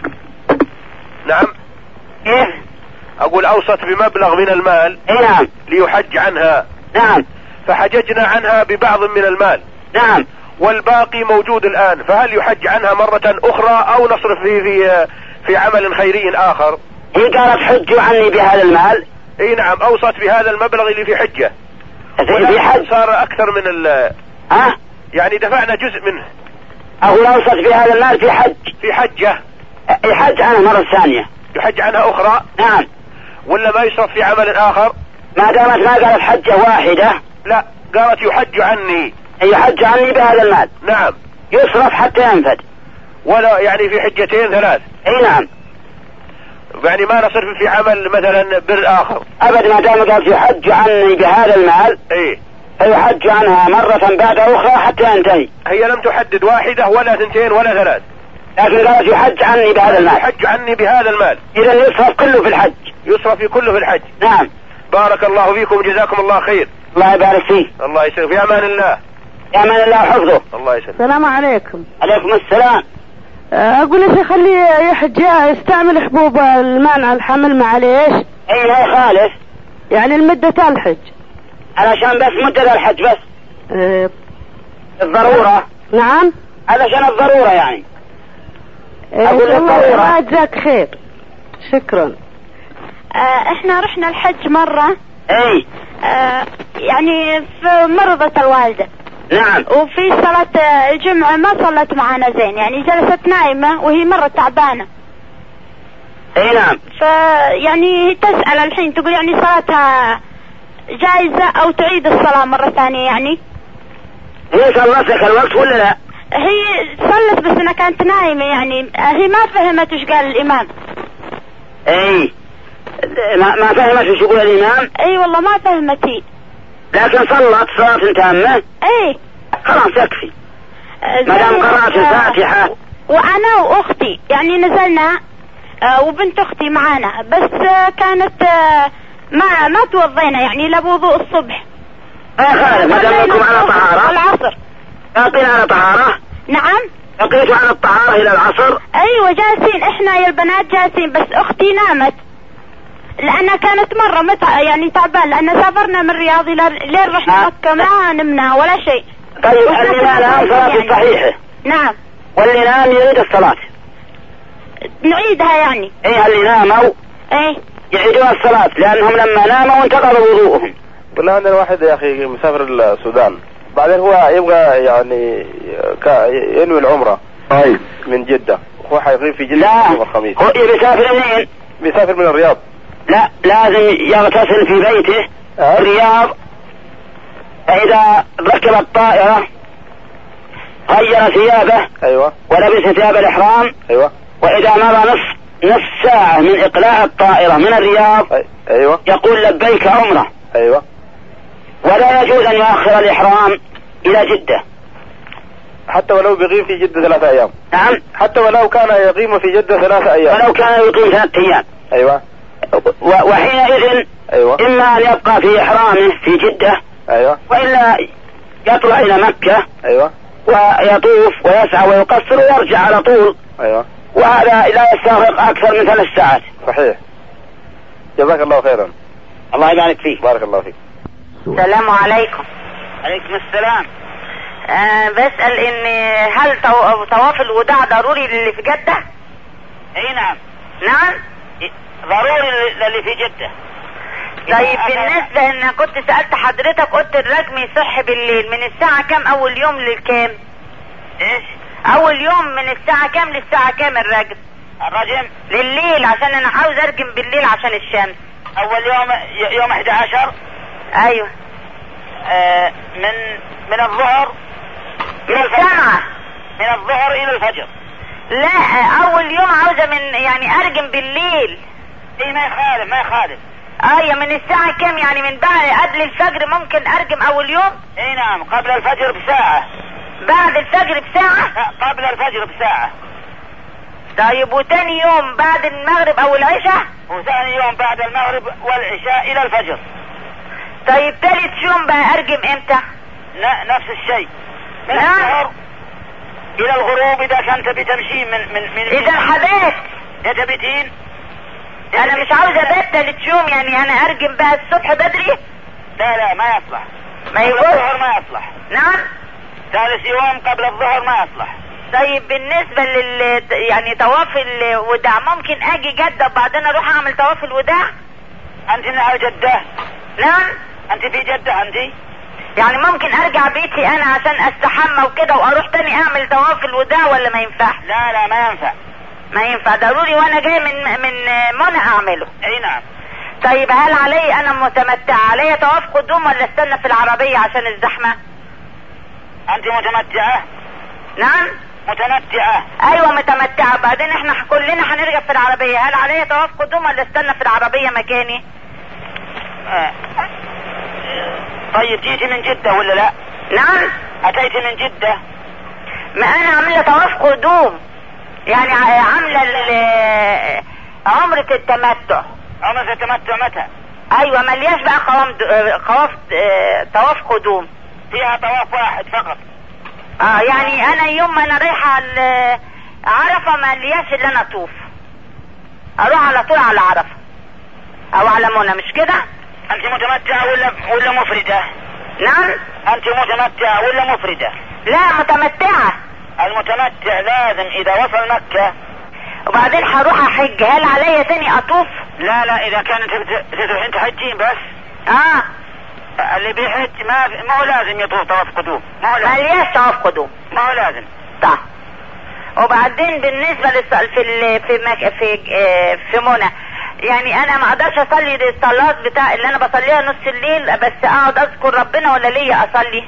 نعم. كيف؟ أقول أوصت بمبلغ من المال. اي نعم. ليحج عنها. نعم. فحججنا عنها ببعض من المال. نعم. والباقي موجود الآن، فهل يحج عنها مرة أخرى أو نصرف في في في عمل خيري آخر؟ هي قالت حجوا عني بهذا المال. اي نعم أوصت بهذا المبلغ اللي في حجة. في حج صار أكثر من ال ها؟ يعني دفعنا جزء منه. أقول أوصت بهذا المال في حج. في حجة. يحج عنها مرة ثانية. يحج عنها أخرى. نعم. ولا ما يصرف في عمل آخر؟ ما دامت ما قالت حجة واحدة. لا قالت يحج عني. يحج عني بهذا المال. نعم. يصرف حتى ينفد. ولا يعني في حجتين ثلاث. اي نعم. يعني ما نصرف في عمل مثلا بر آخر. أبد ما دام قالت يحج عني بهذا المال. ايه. فيحج عنها مرة بعد أخرى حتى ينتهي. هي لم تحدد واحدة ولا ثنتين ولا ثلاث. لكن قالت يحج عني بهذا المال. يحج عني بهذا المال. إذا يصرف كله في الحج. يصرف كله في الحج. نعم. بارك الله فيكم جزاكم الله خير. الله يبارك فيك. الله يسلمك. في أمان الله. في أمان الله وحفظه. الله يسلمك. السلام عليكم. عليكم السلام. أقول يا شيخ خليه يحج يستعمل حبوب المانع الحمل معليش. أي ما يخالف. يعني المدة الحج. علشان بس مدة الحج بس. أه الضرورة. نعم. علشان الضرورة يعني. أقول الضرورة. ما جزاك خير. شكرا. آه احنا رحنا الحج مرة. اي. آه يعني في مرضة الوالدة. نعم. وفي صلاة الجمعة ما صلت معنا زين، يعني جلست نائمة وهي مرة تعبانة. اي نعم. فيعني تسأل الحين تقول يعني صلاتها جائزة او تعيد الصلاة مرة ثانية يعني. هي صلت لك الوقت ولا لا؟ هي صلت بس انها كانت نايمة، يعني هي ما فهمت وش قال الامام. اي ما, ما فهمت وش يقول الامام. اي والله ما فهمت هي، لكن صلت صلاة تامة. اي خلاص يكفي ما دام قرأت الفاتحة. وانا واختي يعني نزلنا آه وبنت اختي معانا، بس آه كانت آه ما ما توضينا يعني لا بوضوء الصبح. ما خالف ما دام لكم على طهارة. العصر باقين على طهارة. نعم. بقيتوا على الطهارة الى العصر. ايوه جالسين احنا يا البنات جالسين، بس اختي نامت لانها كانت مرة متع يعني تعبان، لان سافرنا من الرياض الى لين رحنا مكة ما نمنا ولا شيء. طيب اللي نام صلاة يعني. صحيحة. نعم. واللي نام يعيد الصلاة. نعيدها يعني. ايه اللي ناموا ايه يعيدوا الصلاة لانهم لما ناموا انتقضوا وضوءهم. والله عندنا واحد يا اخي مسافر السودان، بعدين هو يبغى يعني ينوي العمرة طيب من جدة، هو حيقيم في جدة لا يوم الخميس. هو بيسافر منين؟ بيسافر من الرياض. لا لازم يغتسل في بيته أه؟ الرياض. فإذا ركب الطائرة غير ثيابه أيوة ولبس ثياب الإحرام أيوة. وإذا مضى نصف نصف ساعة من إقلاع الطائرة من الرياض أيوة يقول لبيك عمرة. أيوة. ولا يجوز أن يؤخر الإحرام إلى جدة حتى ولو بيقيم في جدة ثلاثة أيام. نعم حتى ولو كان يقيم في جدة ثلاثة أيام. ولو كان يقيم ثلاثة أيام. أيوة. وحينئذ أيوة. إما أن يبقى في إحرامه في جدة أيوة. وإلا يطلع إلى مكة أيوة. ويطوف ويسعى ويقصر ويرجع على طول. أيوة. وهذا لا يستغرق أكثر من ثلاث ساعات. صحيح. جزاك الله خيرا. الله يبارك فيك. بارك الله فيك. السلام عليكم. عليكم السلام. أه بسأل إن هل طواف الوداع ضروري للي في جدة؟ أي نعم. نعم ضروري للي في جدة. طيب بالنسبة إن كنت سألت حضرتك قلت الرجم يصح بالليل من الساعة كام أول يوم للكام؟ إيش؟ أول يوم من الساعة كام للساعة كام الرجم؟ الرجم لليل عشان أنا عاوز أرجم بالليل عشان الشمس. أول يوم يوم أحد عشر. أيوه. آه من من الظهر من الساعة من الظهر إلى الفجر. لا أول يوم عاوزة من يعني أرجم بالليل. إيه ما يخالف ما يخالف. ايوه من الساعة كام يعني من بعد قبل الفجر ممكن ارجم اول يوم؟ اي نعم قبل الفجر بساعة. بعد الفجر بساعة؟ قبل الفجر بساعة. طيب وتاني يوم بعد المغرب او العشاء؟ وثاني يوم بعد المغرب والعشاء الى الفجر. طيب ثالث يوم بقى ارجم امتى؟ نفس الشيء من نعم. الظهر الى الغروب اذا كان تبي تمشي من من من اذا حبيت يا تبيتين. انا مش عاوز ابات ثالث يوم يعني انا ارجم بقى الصبح بدري. لا لا ما يصلح. ما قبل الظهر ما يصلح. نعم ثالث يوم قبل الظهر ما يصلح. طيب بالنسبة لل يعني طواف الوداع ممكن اجي جدة وبعدين اروح اعمل طواف الوداع؟ انت من على جدة؟ نعم انت في جدة انت؟ يعني ممكن ارجع بيتي انا عشان استحمى وكده واروح تاني اعمل طواف الوداع ولا ما ينفعش؟ لا لا ما ينفع. ما ينفع ضروري وانا جاي من من منى اعمله. اي نعم. طيب هل علي انا متمتعة علي طواف قدوم ولا استنى في العربية عشان الزحمة؟ انت متمتعة؟ نعم متمتعة. ايوه متمتعة. بعدين احنا كلنا هنرجع في العربية هل علي طواف قدوم ولا استنى في العربية مكاني؟ آه. طيب جيتي من جدة ولا لا؟ نعم اتيتي من جدة. ما انا عاملة طواف قدوم يعني عاملة عمرة التمتع. عمرة التمتع متى؟ ايوه ملياش بقى قوام قواف طواف قدوم. فيها طواف واحد فقط. اه يعني انا يوم ما انا رايحة عرفة ملياش اللي انا اطوف اروح على طول على عرفة او على منى مش كده؟ انت متمتعة ولا ولا مفردة؟ نعم انت متمتعة ولا مفردة؟ لا متمتعة. المتمتع لازم اذا وصل مكة وبعدين هروح احج هل عليا تاني اطوف؟ لا لا اذا كانت تروحين تحجين بس. اه اللي بيحج ما ما هو لازم يطوف طواف قدوم. ما هو لازم. ملياش طواف قدوم. ما هو لازم. طيب وبعدين بالنسبة للصلاة في ال... في مك... في اه في منى يعني انا ما اقدرش اصلي الصلاة بتاع اللي انا بصليها نص الليل بس اقعد اذكر ربنا ولا ليا اصلي؟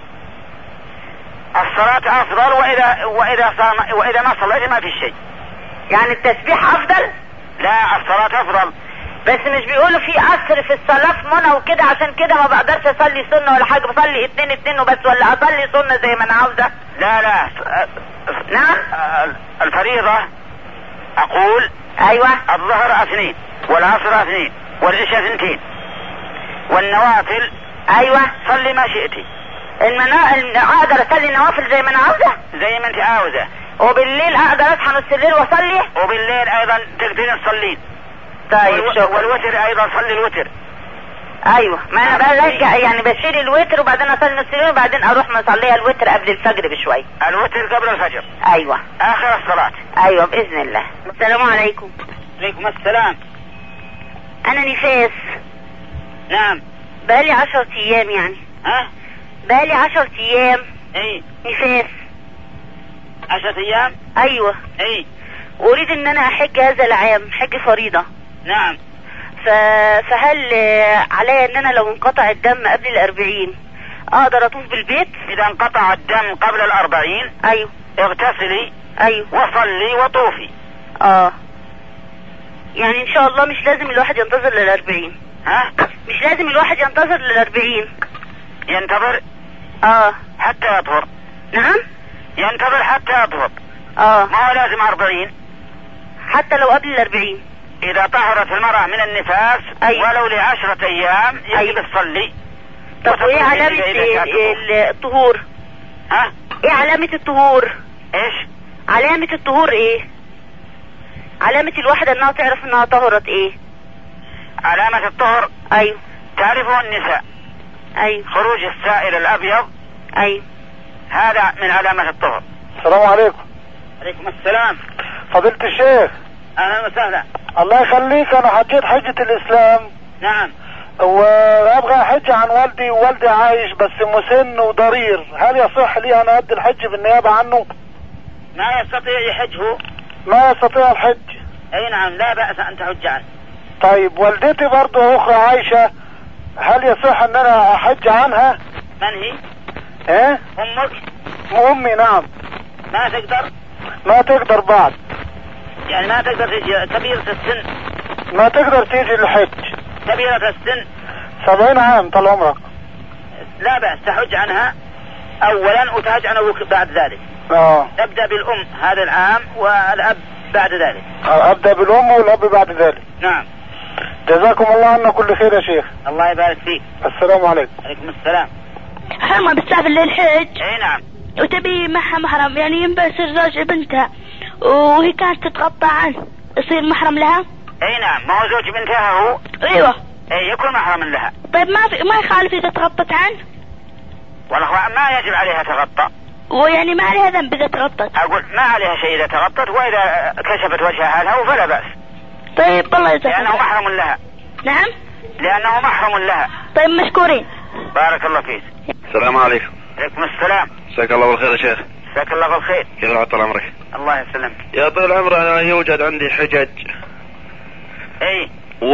الصلاة افضل واذا واذا صام واذا ما صليت ما في شيء. يعني التسبيح افضل؟ لا الصلاة افضل. بس مش بيقولوا في اثر في الصلاة في منى وكده عشان كده ما بقدرش اصلي سنة ولا حاجة بصلي اتنين اتنين وبس ولا اصلي سنة زي ما انا عاوزة؟ لا لا. نعم الفريضة اقول ايوه الظهر اثنين والعصر اثنين والعشاء اثنتين والنوافل ايوه صلي ما شئتي. المنا... اقدر اصلي النوافل زي ما انا عاوزة؟ زي ما انت عاوزة. وبالليل اقدر اصحى نص الليل واصلي؟ وبالليل ايضا تقدرين تصلين. طيب والو... شكرا. والوتر ايضا صلي الوتر. ايوه ما انا برجع يعني بشيل الوتر وبعدين اصلي نص الليل وبعدين اروح مصليها الوتر قبل الفجر بشوية. الوتر قبل الفجر. ايوه اخر الصلاة. ايوه باذن الله. السلام عليكم. عليكم السلام. انا نفاس. نعم. بقالي عشر ايام يعني. ها؟ بقالي عشر ايام. اي. نفاس. عشرة ايام؟ ايوه. اي. واريد ان انا احج هذا العام حج فريضة. نعم. ف... فهل علي ان انا لو انقطع الدم قبل الاربعين اقدر اطوف بالبيت؟ اذا انقطع الدم قبل الاربعين ايوه اغتسلي ايوه وصلي وطوفي. اه يعني ان شاء الله مش لازم الواحد ينتظر للاربعين؟ ها؟ مش لازم الواحد ينتظر للاربعين؟ ينتظر اه حتى يطهر. نعم ينتظر حتى يطهر. اه ما هو لازم اربعين حتى لو قبل الاربعين. اذا طهرت المرأة من النفاس أيوة. ولو لعشرة ايام يجب أيوة. تصلي. طب وايه علامة الطهور؟ ها؟ ايه علامة الطهور؟ ايش علامة الطهور؟ ايه علامة الواحدة انها تعرف انها طهرت؟ ايه علامة الطهر؟ ايوه تعرفه النساء. ايوه خروج السائل الابيض. ايوه هذا من علامة الطهر. السلام عليكم. عليكم السلام. فضيلة الشيخ. اهلا وسهلا. الله يخليك، انا حجيت حجة الاسلام. نعم. وابغى احج عن والدي، ووالدي عايش بس مسن وضرير، هل يصح لي انا ادي الحج بالنيابة عنه؟ ما يستطيع يحج هو؟ ما يستطيع الحج. اي نعم لا بأس ان تحج عنه. طيب والدتي برضه اخرى عايشة، هل يصح ان انا احج عنها؟ من هي؟ ايه؟ امك؟ امي نعم. ما تقدر؟ ما تقدر بعد. يعني ما تقدر تجي كبيرة السن؟ ما تقدر تيجي للحج. كبيرة السن؟ سبعين عام طال عمرك. لا بأس تحج عنها اولا وتحج عن ابوك بعد ذلك. اه تبدأ بالام هذا العام والاب بعد ذلك. ابدأ بالام والاب بعد ذلك. نعم. جزاكم الله عنا كل خير يا شيخ. الله يبارك فيك. السلام عليكم. عليكم السلام. حرمة بتسافر للحج. اي نعم. وتبي معها محرم، يعني ينبغي يصير زوج بنتها وهي كانت تتغطى عنه، يصير محرم لها؟ اي نعم، ما هو زوج بنتها هو. ايوه. اي يكون محرم لها. طيب ما في ما يخالف اذا تغطت عنه؟ والله ما يجب عليها تغطى. ويعني ما عليها ذنب اذا تغطت؟ اقول ما عليها شيء اذا تغطت، واذا كشفت وجهها لها فلا بأس. طيب الله يجزاك. لانه محرم لها. نعم. لانه محرم لها. طيب مشكورين. بارك الله فيك. السلام عليكم. عليكم السلام. مساك الله بالخير يا شيخ. مساك الله بالخير. كيف الحال طال عمرك؟ الله يسلمك. يا طول العمر انا يوجد عندي حجج. اي. و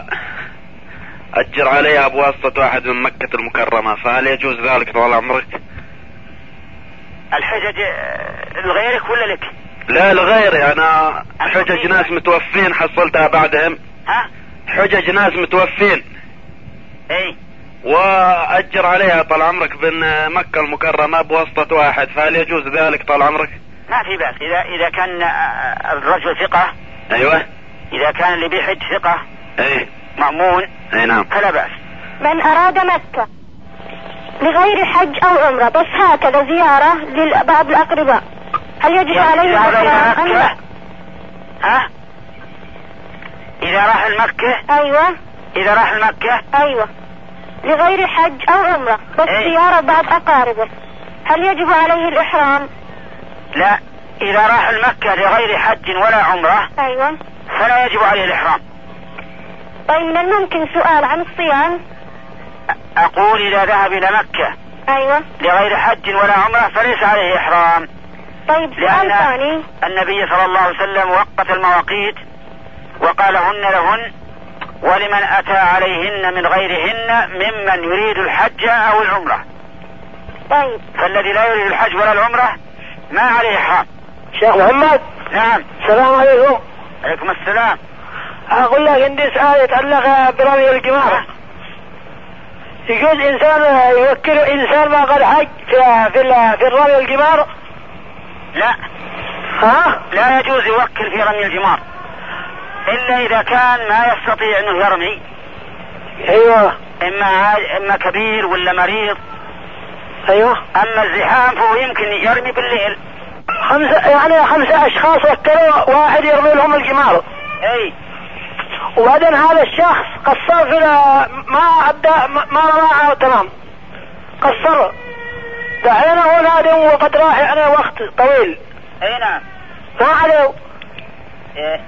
اجر عليها بواسطة واحد من مكة المكرمة، فهل يجوز ذلك طال عمرك؟ الحجج لغيرك ولا لك؟ لا لغيري انا. حجج ناس متوفين حصلتها بعدهم. ها؟ حجج ناس متوفين. اي. واجر عليها طال عمرك بين مكة المكرمة بواسطة واحد، فهل يجوز ذلك طال عمرك؟ ما في بأس اذا اذا كان الرجل ثقة. ايوه. اذا كان اللي بيحج ثقة. ايه. مأمون. اي نعم. فلا بأس. من اراد مكة لغير حج او عمرة بس هكذا زيارة لبعض الاقرباء، هل يجب عليه الإحرام ام لا؟ ها؟ اذا راح المكة. ايوه. اذا راح المكة. ايوه لغير حج او عمرة بس ايه؟ زيارة بعض اقاربه، هل يجب عليه الاحرام؟ لا، اذا راح المكة لغير حج ولا عمرة. ايوه. فلا يجب عليه الاحرام. طيب من الممكن سؤال عن الصيام؟ اقول اذا ذهب الى مكة. ايوه. لغير حج ولا عمرة فليس عليه احرام. طيب سؤال ثاني. النبي صلى الله عليه وسلم وقت المواقيت وقال هن لهن ولمن اتى عليهن من غيرهن ممن يريد الحج او العمرة. طيب. فالذي لا يريد الحج ولا العمرة ما عليه احرام. شيخ محمد. نعم. السلام عليكم. عليكم السلام. اقول لك عندي سؤال يتعلق برمي الجمار. يجوز انسان يوكل انسان ما قد حج في في, في الرمي الجمار؟ لا. ها؟ لا يجوز يوكل في رمي الجمار الا اذا كان ما يستطيع انه يرمي. ايوه. اما اما كبير ولا مريض. ايوه. اما الزحام فهو يمكن يرمي بالليل. خمسة يعني خمسة اشخاص وكلوا واحد يرمي لهم الجمار. اي. وبعدين هذا الشخص قصر في ما ابدا ما رماه تمام، قصر دحين هو نادم وقد راح يعني وقت طويل. اي نعم. ما عليه. ايه.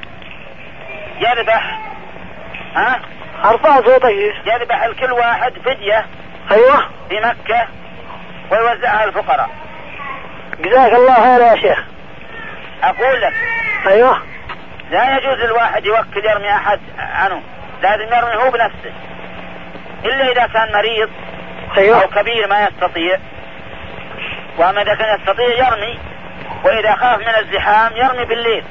يذبح. ها؟ ارفع صوتك. يذبح الكل واحد فدية. ايوه. في مكة ويوزعها الفقراء. جزاك الله خير يا شيخ. اقول لك ايوه. لا يجوز للواحد يوكل يرمي احد عنه، لازم يرمي هو بنفسه، الا اذا كان مريض أيوه. او كبير ما يستطيع. واما اذا كان يستطيع يرمي، واذا خاف من الزحام يرمي بالليل.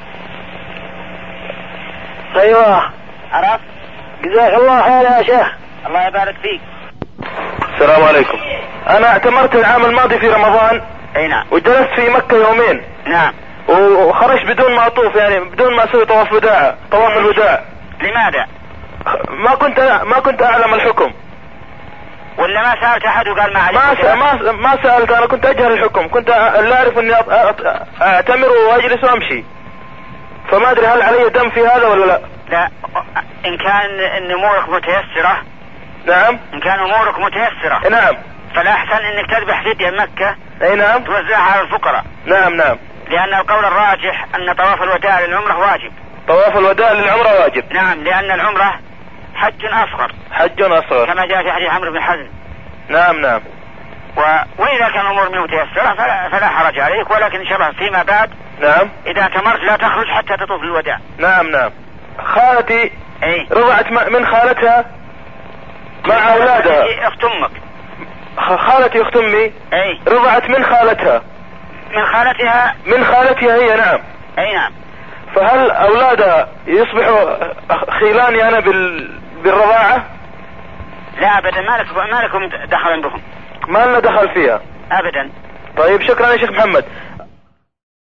ايوه. عرفت؟ جزاك الله خير يا شيخ. الله يبارك فيك. السلام عليكم. انا اعتمرت العام الماضي في رمضان. اي نعم. وجلست في مكة يومين. نعم. وخرجت بدون ما اطوف، يعني بدون ما اسوي طواف وداع، طواف الوداع. لماذا؟ ما كنت ما كنت اعلم الحكم. ولا ما سألت احد وقال ما عليك؟ ما ما ما سألت، انا كنت اجهل الحكم، كنت لا اعرف اني اعتمر واجلس وامشي، فما ادري هل علي دم في هذا ولا لا. لا، ان كان ان امورك متيسرة. نعم. ان كان امورك متيسرة. نعم. فالاحسن انك تذبح فدية مكة. اي نعم. توزعها على الفقراء. نعم نعم. لان القول الراجح ان طواف الوداع للعمرة واجب. طواف الوداع للعمرة واجب. نعم، لان العمرة حج اصغر. حج اصغر. كما جاء في حديث عمرو بن حزم. نعم نعم. و... واذا كان الامور متيسرة فلا... فلا حرج عليك، ولكن ان شاء الله فيما بعد. نعم. اذا تمرت لا تخرج حتى تطوف الوداع. نعم نعم. خالتي اي رضعت من خالتها مع اولادها. اخت امك. خالتي اخت امي. اي. رضعت من خالتها. من خالتها. من خالتها هي. نعم. اي نعم. فهل اولادها يصبحوا خيلاني انا بال... بالرضاعة؟ لا ابدا، ما لك ما لكم دخل بهم. ما لنا دخل فيها ابدا. طيب شكرا يا شيخ محمد.